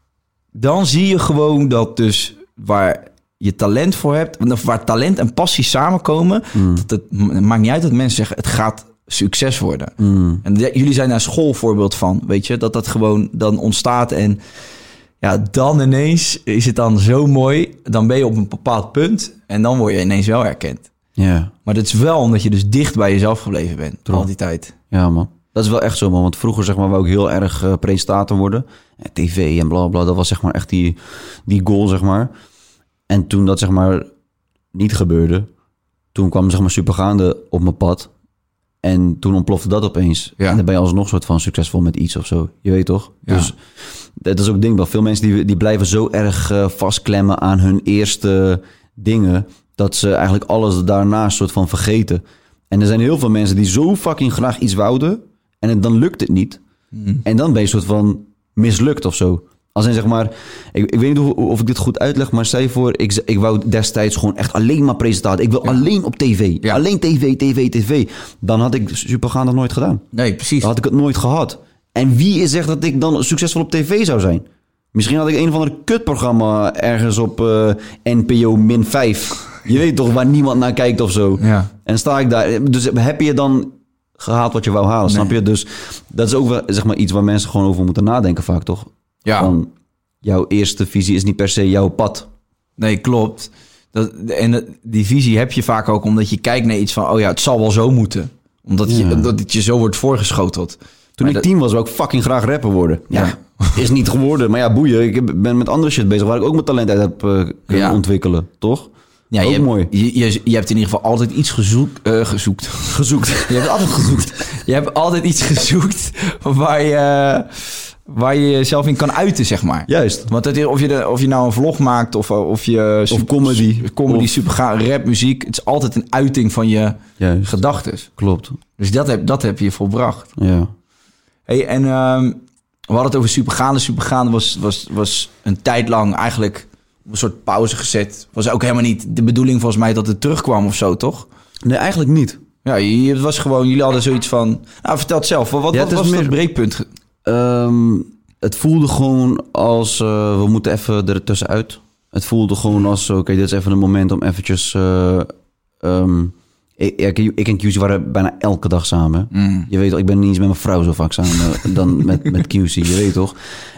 dan zie je gewoon dat dus waar... je talent voor hebt, waar talent en passie samenkomen, mm. dat het maakt niet uit dat mensen zeggen, het gaat succes worden. Mm. En de, jullie zijn daar schoolvoorbeeld van, weet je, dat dat gewoon dan ontstaat en ja, dan ineens is het dan zo mooi, dan ben je op een bepaald punt en dan word je ineens wel erkend. Yeah. Maar dat is wel omdat je dus dicht bij jezelf gebleven bent, True. Al die tijd. Ja man, dat is wel echt zo man, want vroeger zeg maar wou ik heel erg uh, presentator worden, tv en bla bla, dat was zeg maar echt die, die goal zeg maar. En toen dat zeg maar niet gebeurde, toen kwam zeg maar Supergaande op mijn pad. En toen ontplofte dat opeens. Ja. En dan ben je alsnog soort van succesvol met iets of zo. Je weet toch? Ja. Dus dat is ook het ding. Veel mensen die, die blijven zo erg uh, vastklemmen aan hun eerste dingen, dat ze eigenlijk alles daarnaast soort van vergeten. En er zijn heel veel mensen die zo fucking graag iets wouden. En het, dan lukt het niet. Mm. En dan ben je soort van mislukt of zo. Als in zeg maar, ik, ik weet niet of, of ik dit goed uitleg, maar stel je voor, ik, ik wou destijds gewoon echt alleen maar presentator. Ik wil ja. alleen op tv. Ja. Alleen tv, tv, tv. Dan had ik Supergaande nooit gedaan. Nee, precies. Dan had ik het nooit gehad. En wie zegt dat ik dan succesvol op tv zou zijn? Misschien had ik een of ander kutprogramma ergens op uh, N P O min vijf. Je weet toch, waar niemand naar kijkt of zo. Ja. En sta ik daar. Dus heb je dan gehaald wat je wou halen, nee. Snap je? Dus dat is ook wel zeg maar iets waar mensen gewoon over moeten nadenken vaak, toch? Ja. Van, jouw eerste visie is niet per se jouw pad. Nee, klopt. Dat, en die visie heb je vaak ook omdat je kijkt naar iets van... oh ja, het zal wel zo moeten. Omdat, ja. je, omdat het je zo wordt voorgeschoteld. Toen maar ik dat... tien was, wou ik fucking graag rapper worden. Ja, ja. Is niet geworden. Maar ja, boeien. Ik ben met andere shit bezig waar ik ook mijn talent uit heb uh, kunnen ja. ontwikkelen. Toch? Ja, ook je mooi. Hebt, je, je, je hebt in ieder geval altijd iets gezoek, uh, gezoekt. Gezoekt. Je hebt altijd gezoekt. Je hebt altijd iets gezoekt waar je... waar je jezelf in kan uiten, zeg maar. Juist. Want het is, of, je de, of je nou een vlog maakt of, of je... Of comedy. Comedy, of... supergaande rap, muziek. Het is altijd een uiting van je gedachten. Klopt. Dus dat heb, dat heb je volbracht. Ja. Hey, en um, we hadden het over Supergaande. Supergaande was, was, was een tijd lang eigenlijk op een soort pauze gezet. Was ook helemaal niet de bedoeling volgens mij dat het terugkwam of zo, toch? Nee, eigenlijk niet. Ja, het was gewoon... Jullie hadden zoiets van... Nou, vertel het zelf. Wat, ja, wat was meer... het breekpunt? Um, het voelde gewoon als... Uh, we moeten even er tussenuit. Het voelde gewoon als... Oké, okay, dit is even een moment om eventjes... Uh, um, ik, ik, ik en Q C waren bijna elke dag samen. Mm. Je weet toch, ik ben niet eens met mijn vrouw zo vaak samen... dan met, met Q C, je weet toch?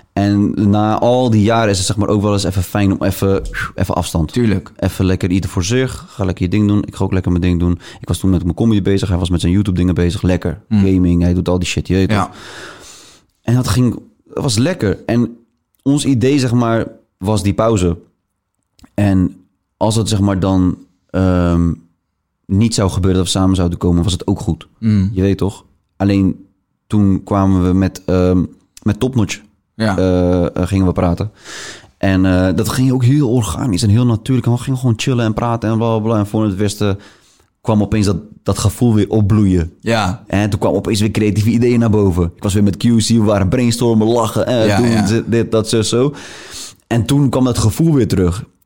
En na al die jaren is het zeg maar ook wel eens even fijn om even, even afstand. Tuurlijk. Even lekker ieder voor zich. Ga lekker je ding doen. Ik ga ook lekker mijn ding doen. Ik was toen met mijn comedy bezig. Hij was met zijn YouTube dingen bezig. Lekker. Mm. Gaming. Hij doet al die shit. Je weet toch? Ja. En dat ging... Dat was lekker. En ons idee zeg maar was die pauze. En als het zeg maar dan um, niet zou gebeuren dat we samen zouden komen, was het ook goed. Mm. Je weet toch? Alleen toen kwamen we met, um, met Topnotch. Ja. Uh, gingen we praten. En uh, dat ging ook heel organisch en heel natuurlijk. En we gingen gewoon chillen en praten en bla bla bla. En voor het westen kwam opeens dat, dat gevoel weer opbloeien. Ja. En toen kwam opeens weer creatieve ideeën naar boven. Ik was weer met Q C, we waren brainstormen, lachen. En ja, doen ja. dit, dat, zo, zo. En toen kwam dat gevoel weer terug.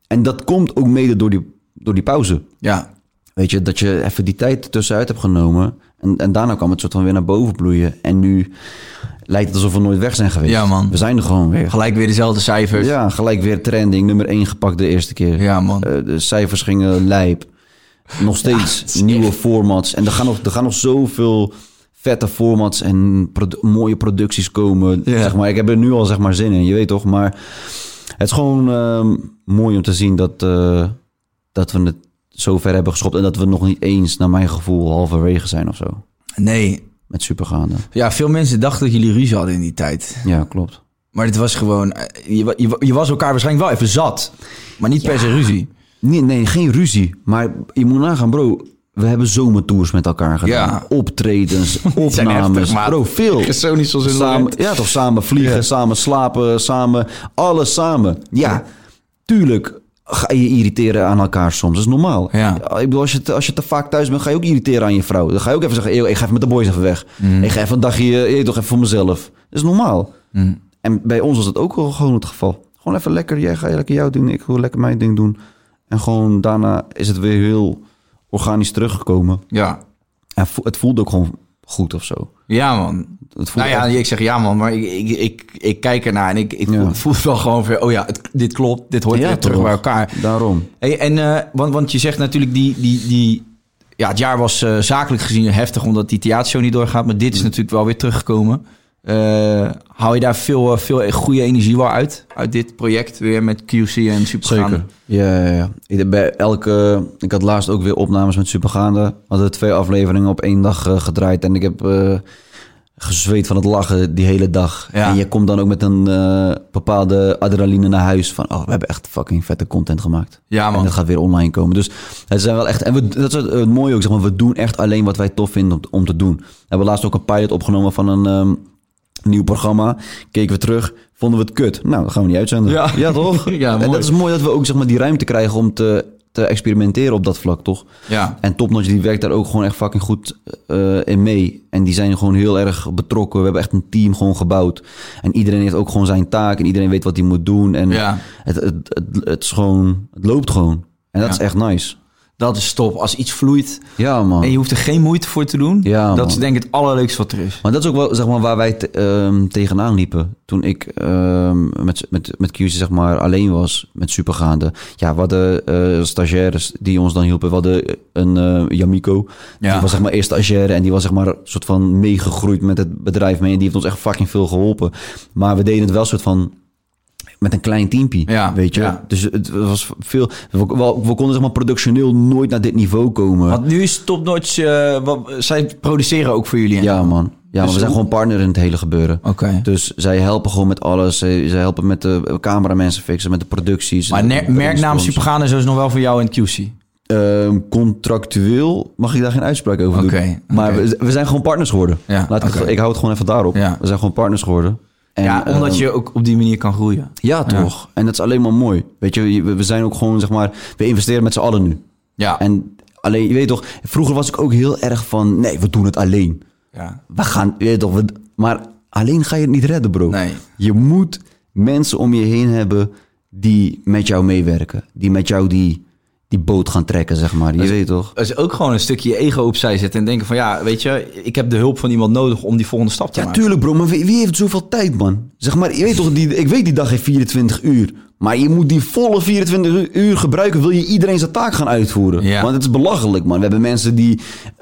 En dat komt ook mede door die, door die pauze. Ja. Weet je, dat je even die tijd tussenuit hebt genomen. En, en daarna kwam het soort van weer naar boven bloeien. En nu lijkt het alsof we nooit weg zijn geweest. Ja, man. We zijn er gewoon weer. Gelijk weer dezelfde cijfers. Ja, gelijk weer trending. Nummer één gepakt de eerste keer. Ja, man. Uh, de cijfers gingen lijp. Nog steeds ja, nieuwe echt... formats. En er gaan nog, er gaan nog zoveel vette formats en produ- mooie producties komen. Ja. Zeg maar. Ik heb er nu al zeg maar zin in, je weet toch. Maar het is gewoon uh, mooi om te zien dat, uh, dat we het zo ver hebben geschopt. En dat we nog niet eens, naar mijn gevoel, halverwege zijn of zo. Nee. Met Supergaande. Ja, veel mensen dachten dat jullie ruzie hadden in die tijd. Ja, klopt. Maar dit was gewoon... Je, je, je was elkaar waarschijnlijk wel even zat. Maar niet ja. per se ruzie. Nee, nee, geen ruzie. Maar je moet nagaan, bro. We hebben zomertours met elkaar gedaan. Ja. Optredens, opnames. Heftig, bro, veel. Samen, ja, toch samen vliegen, ja. samen slapen, samen... Alles samen. Ja, tuurlijk ga je irriteren aan elkaar soms. Dat is normaal. Ja. Ik bedoel, als je, te, als je te vaak thuis bent, ga je ook irriteren aan je vrouw. Dan ga je ook even zeggen, ik ga even met de boys even weg. Mm. Ik ga even een dagje, ik toch even voor mezelf. Dat is normaal. Mm. En bij ons was het ook wel gewoon het geval. Gewoon even lekker, jij ga lekker jouw ding, ik wil lekker mijn ding doen. En gewoon daarna is het weer heel organisch teruggekomen. Ja. En het voelde ook gewoon goed of zo. Ja, man. Het nou ja, echt... ik zeg ja, man, maar ik, ik, ik, ik kijk ernaar en ik, ik ja. voel het wel gewoon weer... Oh ja, het, dit klopt, dit hoort ja, weer terug bij elkaar. Daarom. Hey, en, uh, want, want je zegt natuurlijk, die, die, die, ja, het jaar was uh, zakelijk gezien heftig... omdat die theatershow niet doorgaat. Maar dit is mm. natuurlijk wel weer teruggekomen. Uh, haal je daar veel, veel goede energie wel uit? Uit dit project weer met Q C en Supergaande? Zeker. Ja, ja, ja. Ik, bij elke, ik had laatst ook weer opnames met Supergaande. We hadden twee afleveringen op één dag uh, gedraaid. En ik heb uh, gezweet van het lachen die hele dag. Ja. En je komt dan ook met een uh, bepaalde adrenaline naar huis. Van, oh, we hebben echt fucking vette content gemaakt. Ja, man. En dat gaat weer online komen. Dus het zijn wel echt... En we, dat is het, het mooie ook, zeg maar. We doen echt alleen wat wij tof vinden om, om te doen. We hebben laatst ook een pilot opgenomen van een... Um, nieuw programma, keken we terug, vonden we het kut. Nou, dan gaan we niet uitzenden. Ja, ja toch? Ja, en dat is mooi dat we ook zeg maar die ruimte krijgen om te, te experimenteren op dat vlak, toch? Ja. En Topnotch die werkt daar ook gewoon echt fucking goed uh, in mee. En die zijn gewoon heel erg betrokken. We hebben echt een team gewoon gebouwd. En iedereen heeft ook gewoon zijn taak en iedereen weet wat hij moet doen. En ja. het, het, het, het, is gewoon, het loopt gewoon. En dat ja. is echt nice. Dat is top. Als iets vloeit ja, man. en je hoeft er geen moeite voor te doen. Ja, dat man. is denk ik het allerleukste wat er is. Maar dat is ook wel zeg maar, waar wij te, um, tegenaan liepen. Toen ik um, met, met, met Q C zeg maar, alleen was met Supergaande. Ja, we hadden uh, stagiaires die ons dan hielpen. We hadden een uh, Yamiko. Ja. Die was zeg maar eerst stagiaire en die was zeg maar een soort van meegegroeid met het bedrijf mee. En die heeft ons echt fucking veel geholpen. Maar we deden het wel een soort van... met een klein teampje, ja, weet je. Ja. Dus het was veel... We, we, we konden zeg maar productioneel nooit naar dit niveau komen. Want nu is Topnotch... Uh, wat, zij produceren ook voor jullie. Ja, man. Ja, dus maar we zijn gewoon partner in het hele gebeuren. Okay. Dus zij helpen gewoon met alles. Zij, zij helpen met de cameramensen fixen, met de producties. Maar ne- merknaam Supergaande is dus nog wel voor jou in Q C? Uh, contractueel mag ik daar geen uitspraak over doen. Okay, maar okay. We, we zijn gewoon partners geworden. Ja, Laat okay. ik, ik hou het gewoon even daarop. Ja. We zijn gewoon partners geworden. En, ja, omdat uh, je ook op die manier kan groeien. Ja, toch. Ja. En dat is alleen maar mooi. Weet je, we zijn ook gewoon, zeg maar... We investeren met z'n allen nu. Ja. En alleen, je weet toch... Vroeger was ik ook heel erg van... Nee, we doen het alleen. Ja. We gaan, je weet toch... We, maar alleen ga je het niet redden, bro. Nee. Je moet mensen om je heen hebben... die met jou meewerken. Die met jou die... die boot gaan trekken, zeg maar. Je dus, weet toch? Dus ook gewoon een stukje je ego opzij zetten... en denken van, ja, weet je... ik heb de hulp van iemand nodig om die volgende stap te ja, maken. Ja, tuurlijk, bro. Maar wie, wie heeft zoveel tijd, man? Zeg maar, je weet toch... Die, ik weet die dag heeft vierentwintig uur. Maar je moet die volle vierentwintig uur gebruiken... wil je iedereen zijn taak gaan uitvoeren. Ja. Want het is belachelijk, man. We hebben mensen die... Uh,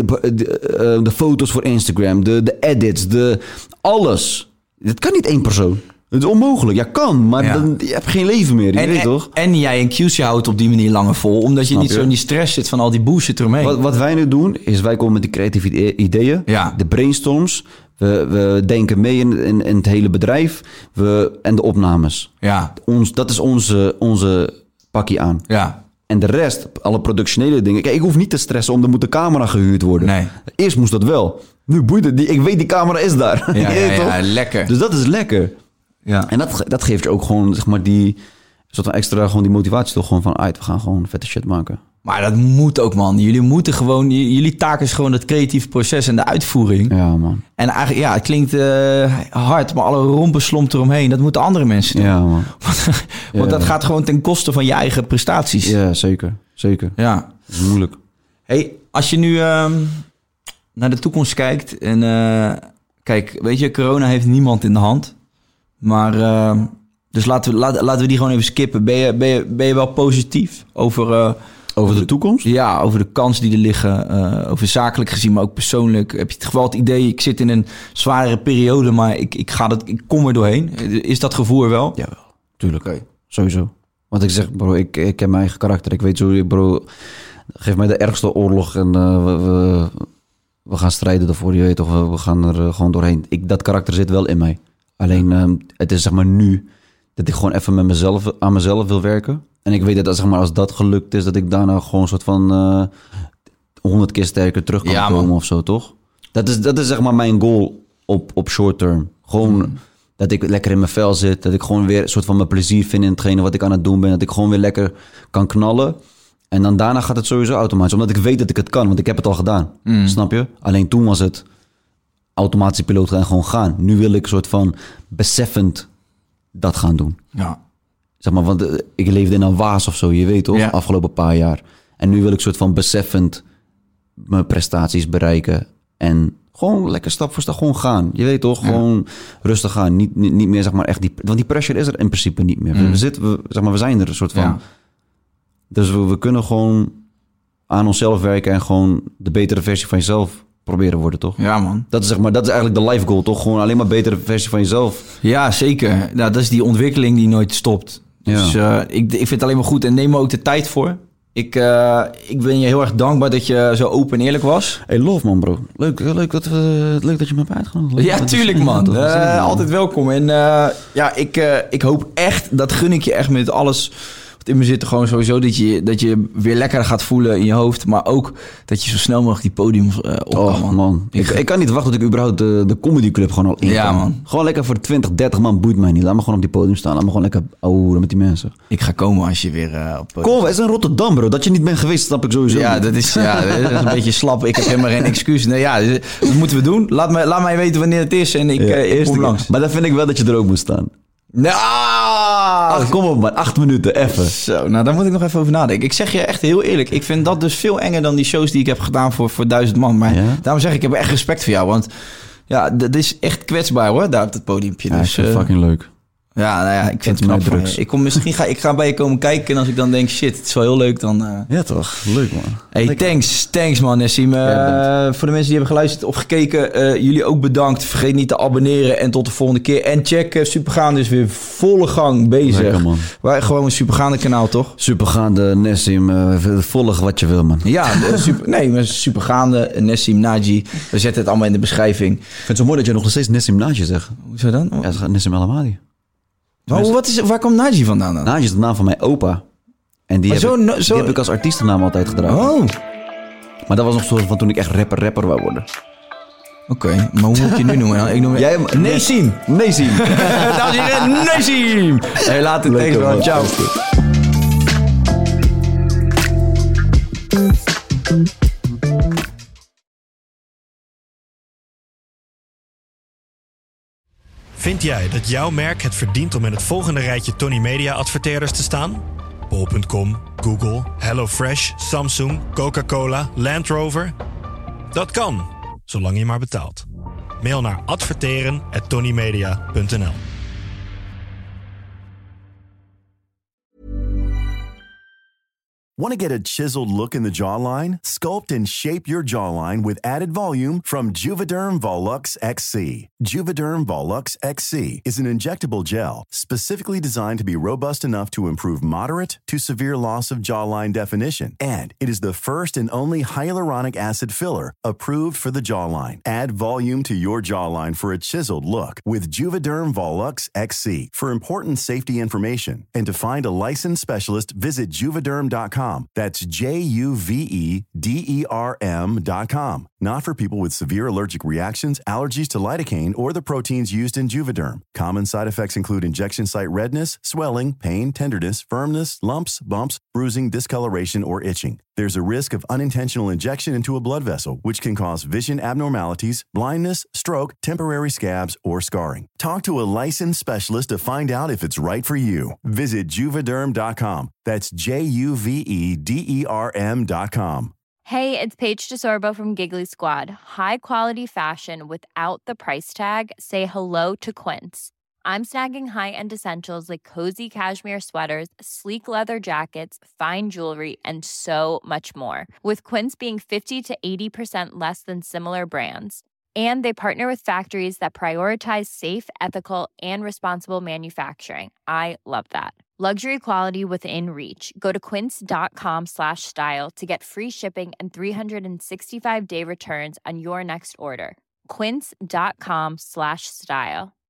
de, uh, de foto's voor Instagram... de, de edits, de... alles. Dat kan niet één persoon. Het is onmogelijk. Ja, kan, maar ja. Dan, je hebt geen leven meer. Je en, weet en, toch? En jij en Q C houdt op die manier langer vol... omdat je Snap niet je? zo in die stress zit van al die bullshit eromheen. Wat, wat wij nu doen, is wij komen met die creatieve ideeën... Ja. de brainstorms... We, we denken mee in, in, in het hele bedrijf... We, en de opnames. Ja. Ons, dat is onze, onze pakje aan. Ja. En de rest, alle productionele dingen... Kijk, ik hoef niet te stressen om er moet de camera gehuurd worden. Nee. Eerst moest dat wel. Nu boeit het. Die, ik weet, die camera is daar. Ja, ja, ja, lekker. Dus dat is lekker. Ja. En dat, dat geeft je ook gewoon, zeg maar, die soort van extra, gewoon die motivatie toch gewoon van, uit, we gaan gewoon vette shit maken. Maar dat moet ook, man. Jullie moeten gewoon... Jullie taak is gewoon het creatieve proces en de uitvoering. Ja, man. En eigenlijk, ja, het klinkt uh, hard, maar alle rompenslomp eromheen, dat moeten andere mensen doen. Ja, man. Want, want ja. dat gaat gewoon ten koste van je eigen prestaties. Ja, zeker. Zeker. Ja. Dat is moeilijk. Hey, als je nu uh, naar de toekomst kijkt en... Uh, kijk, weet je, corona heeft niemand in de hand. Maar... Uh, dus laten we, laten, laten we die gewoon even skippen. Ben je, ben je, ben je wel positief over... Uh, Over de toekomst? Ja, over de kansen die er liggen. Uh, over zakelijk gezien, maar ook persoonlijk. Heb je het geval het idee, ik zit in een zwaardere periode, maar ik, ik, ga dat, ik kom er doorheen. Is dat gevoel er wel? Ja, tuurlijk. Okay. Sowieso. Want ik zeg, bro, ik, ik ken mijn eigen karakter. Ik weet zo, bro, geef mij de ergste oorlog en uh, we, we, we gaan strijden ervoor. Je weet toch, we, we gaan er uh, gewoon doorheen. Ik, dat karakter zit wel in mij. Alleen, uh, het is zeg maar nu dat ik gewoon even met mezelf, aan mezelf wil werken. En ik weet dat zeg maar, als dat gelukt is, dat ik daarna gewoon een soort van honderd uh, keer sterker terug kan ja, komen man. Of zo, toch? Dat is, dat is zeg maar mijn goal op, op short term. Gewoon mm. dat ik lekker in mijn vel zit. Dat ik gewoon weer een soort van mijn plezier vind in hetgene wat ik aan het doen ben. Dat ik gewoon weer lekker kan knallen. En dan daarna gaat het sowieso automatisch. Omdat ik weet dat ik het kan, want ik heb het al gedaan. Mm. Snap je? Alleen toen was het automatische piloot en gewoon gaan. Nu wil ik een soort van beseffend dat gaan doen. Ja. Zeg maar, want ik leefde in een waas of zo, je weet toch? Ja. Afgelopen paar jaar. En nu wil ik soort van beseffend mijn prestaties bereiken. En gewoon lekker stap voor stap gewoon gaan. Je weet toch? Ja. Gewoon rustig gaan. Niet, niet, niet meer zeg maar echt die... Want die pressure is er in principe niet meer. Mm. We, zitten, we, zeg maar, we zijn er een soort van. Ja. Dus we, we kunnen gewoon aan onszelf werken en gewoon de betere versie van jezelf proberen worden, toch? Ja, man. Dat is, zeg maar, dat is eigenlijk de life goal, toch? Gewoon alleen maar betere versie van jezelf. Ja, zeker. Nou, dat is die ontwikkeling die nooit stopt. Dus ja. uh, ik, ik vind het alleen maar goed en neem er ook de tijd voor. Ik, uh, ik ben je heel erg dankbaar dat je zo open en eerlijk was. Hey, love man, bro. Leuk, leuk, dat, we, leuk dat je me hebt uitgenodigd. Ja, dat tuurlijk is, man. Uh, uh, altijd welkom. En uh, ja, ik, uh, ik hoop echt, dat gun ik je echt met alles wat in me zit. Gewoon sowieso dat je, dat je weer lekker gaat voelen in je hoofd. Maar ook dat je zo snel mogelijk die podium uh, op kan, oh, man. man. Ik, ik kan niet wachten tot ik überhaupt de, de comedy club gewoon al in ja, kan. Man. Gewoon lekker voor twintig, dertig man boeit mij niet. Laat me gewoon op die podium staan. Laat me gewoon lekker ouwen met die mensen. Ik ga komen als je weer uh, op... Kom, het is in Rotterdam, bro. Dat je niet bent geweest, snap ik sowieso. Ja, dat is, ja, dat is een beetje slap. Ik heb helemaal geen excuus. Nee, ja, dat moeten we doen. Laat, me, laat mij weten wanneer het is en ik, ja, uh, ik kom langs. Maar dan vind ik wel dat je er ook moet staan. Nou, Ach, kom op man, acht minuten, even. Zo, nou daar moet ik nog even over nadenken. Ik zeg je echt heel eerlijk, ik vind dat dus veel enger dan die shows die ik heb gedaan voor, voor duizend man. Maar ja? daarom zeg ik, ik heb echt respect voor jou, want ja, dat is echt kwetsbaar hoor, daar op het podiumpje. Ja, dus, ik vind het uh, fucking leuk. Ja, nou ja, ik vind het knap van je. Ik kom misschien ga ik ga bij je komen kijken en als ik dan denk shit, het is wel heel leuk dan. Uh... Ja toch, leuk man. Hey, leuk. thanks, thanks man, Nessim. Uh, ja, voor de mensen die hebben geluisterd of gekeken, uh, jullie ook bedankt. Vergeet niet te abonneren en tot de volgende keer. En check uh, Supergaande is weer volle gang bezig. Lekker man. Waar gewoon een Supergaande kanaal toch? Supergaande Nessim, uh, volg wat je wil man. Ja, super, nee, maar Supergaande Nessim Naji. We zetten het allemaal in de beschrijving. Ik vind het zo mooi dat je nog steeds Nessim Naji zegt. Hoezo dan? Ja, het gaat Nessim El Amadi. Maar wat is, waar komt Naji vandaan dan? Naji is de naam van mijn opa. En die, heb, zo, ik, no, die zo... heb ik als artiestennaam altijd gedragen. Oh. Maar dat was nog zo van toen ik echt rapper rapper wou worden. Oké, okay, maar hoe moet ik je nu noemen? Ik noem Jij, Nessim. Nessim. Dames en heren, Nessim. Hey, later. Thanks man. Ciao. Vind jij dat jouw merk het verdient om in het volgende rijtje Tony Media adverteerders te staan? bol punt com, Google, HelloFresh, Samsung, Coca-Cola, Land Rover? Dat kan, zolang je maar betaalt. Mail naar adverteren at tonymedia punt n l. Want to get a chiseled look in the jawline? Sculpt and shape your jawline with added volume from Juvederm Volux X C. Juvederm Volux X C is an injectable gel specifically designed to be robust enough to improve moderate to severe loss of jawline definition. And it is the first and only hyaluronic acid filler approved for the jawline. Add volume to your jawline for a chiseled look with Juvederm Volux X C. For important safety information and to find a licensed specialist, visit juvederm dot com. That's J U V E D E R M dot com. Not for people with severe allergic reactions, allergies to lidocaine, or the proteins used in Juvederm. Common side effects include injection site redness, swelling, pain, tenderness, firmness, lumps, bumps, bruising, discoloration, or itching. There's a risk of unintentional injection into a blood vessel, which can cause vision abnormalities, blindness, stroke, temporary scabs, or scarring. Talk to a licensed specialist to find out if it's right for you. Visit Juvederm dot com. That's J U V E D E R M dot com. Hey, it's Paige DeSorbo from Giggly Squad. High quality fashion without the price tag. Say hello to Quince. I'm snagging high-end essentials like cozy cashmere sweaters, sleek leather jackets, fine jewelry, and so much more. With Quince being fifty to eighty percent less than similar brands. And they partner with factories that prioritize safe, ethical, and responsible manufacturing. I love that. Luxury quality within reach. Go to quince.com slash style to get free shipping and three sixty-five day returns on your next order. Quince.com slash style.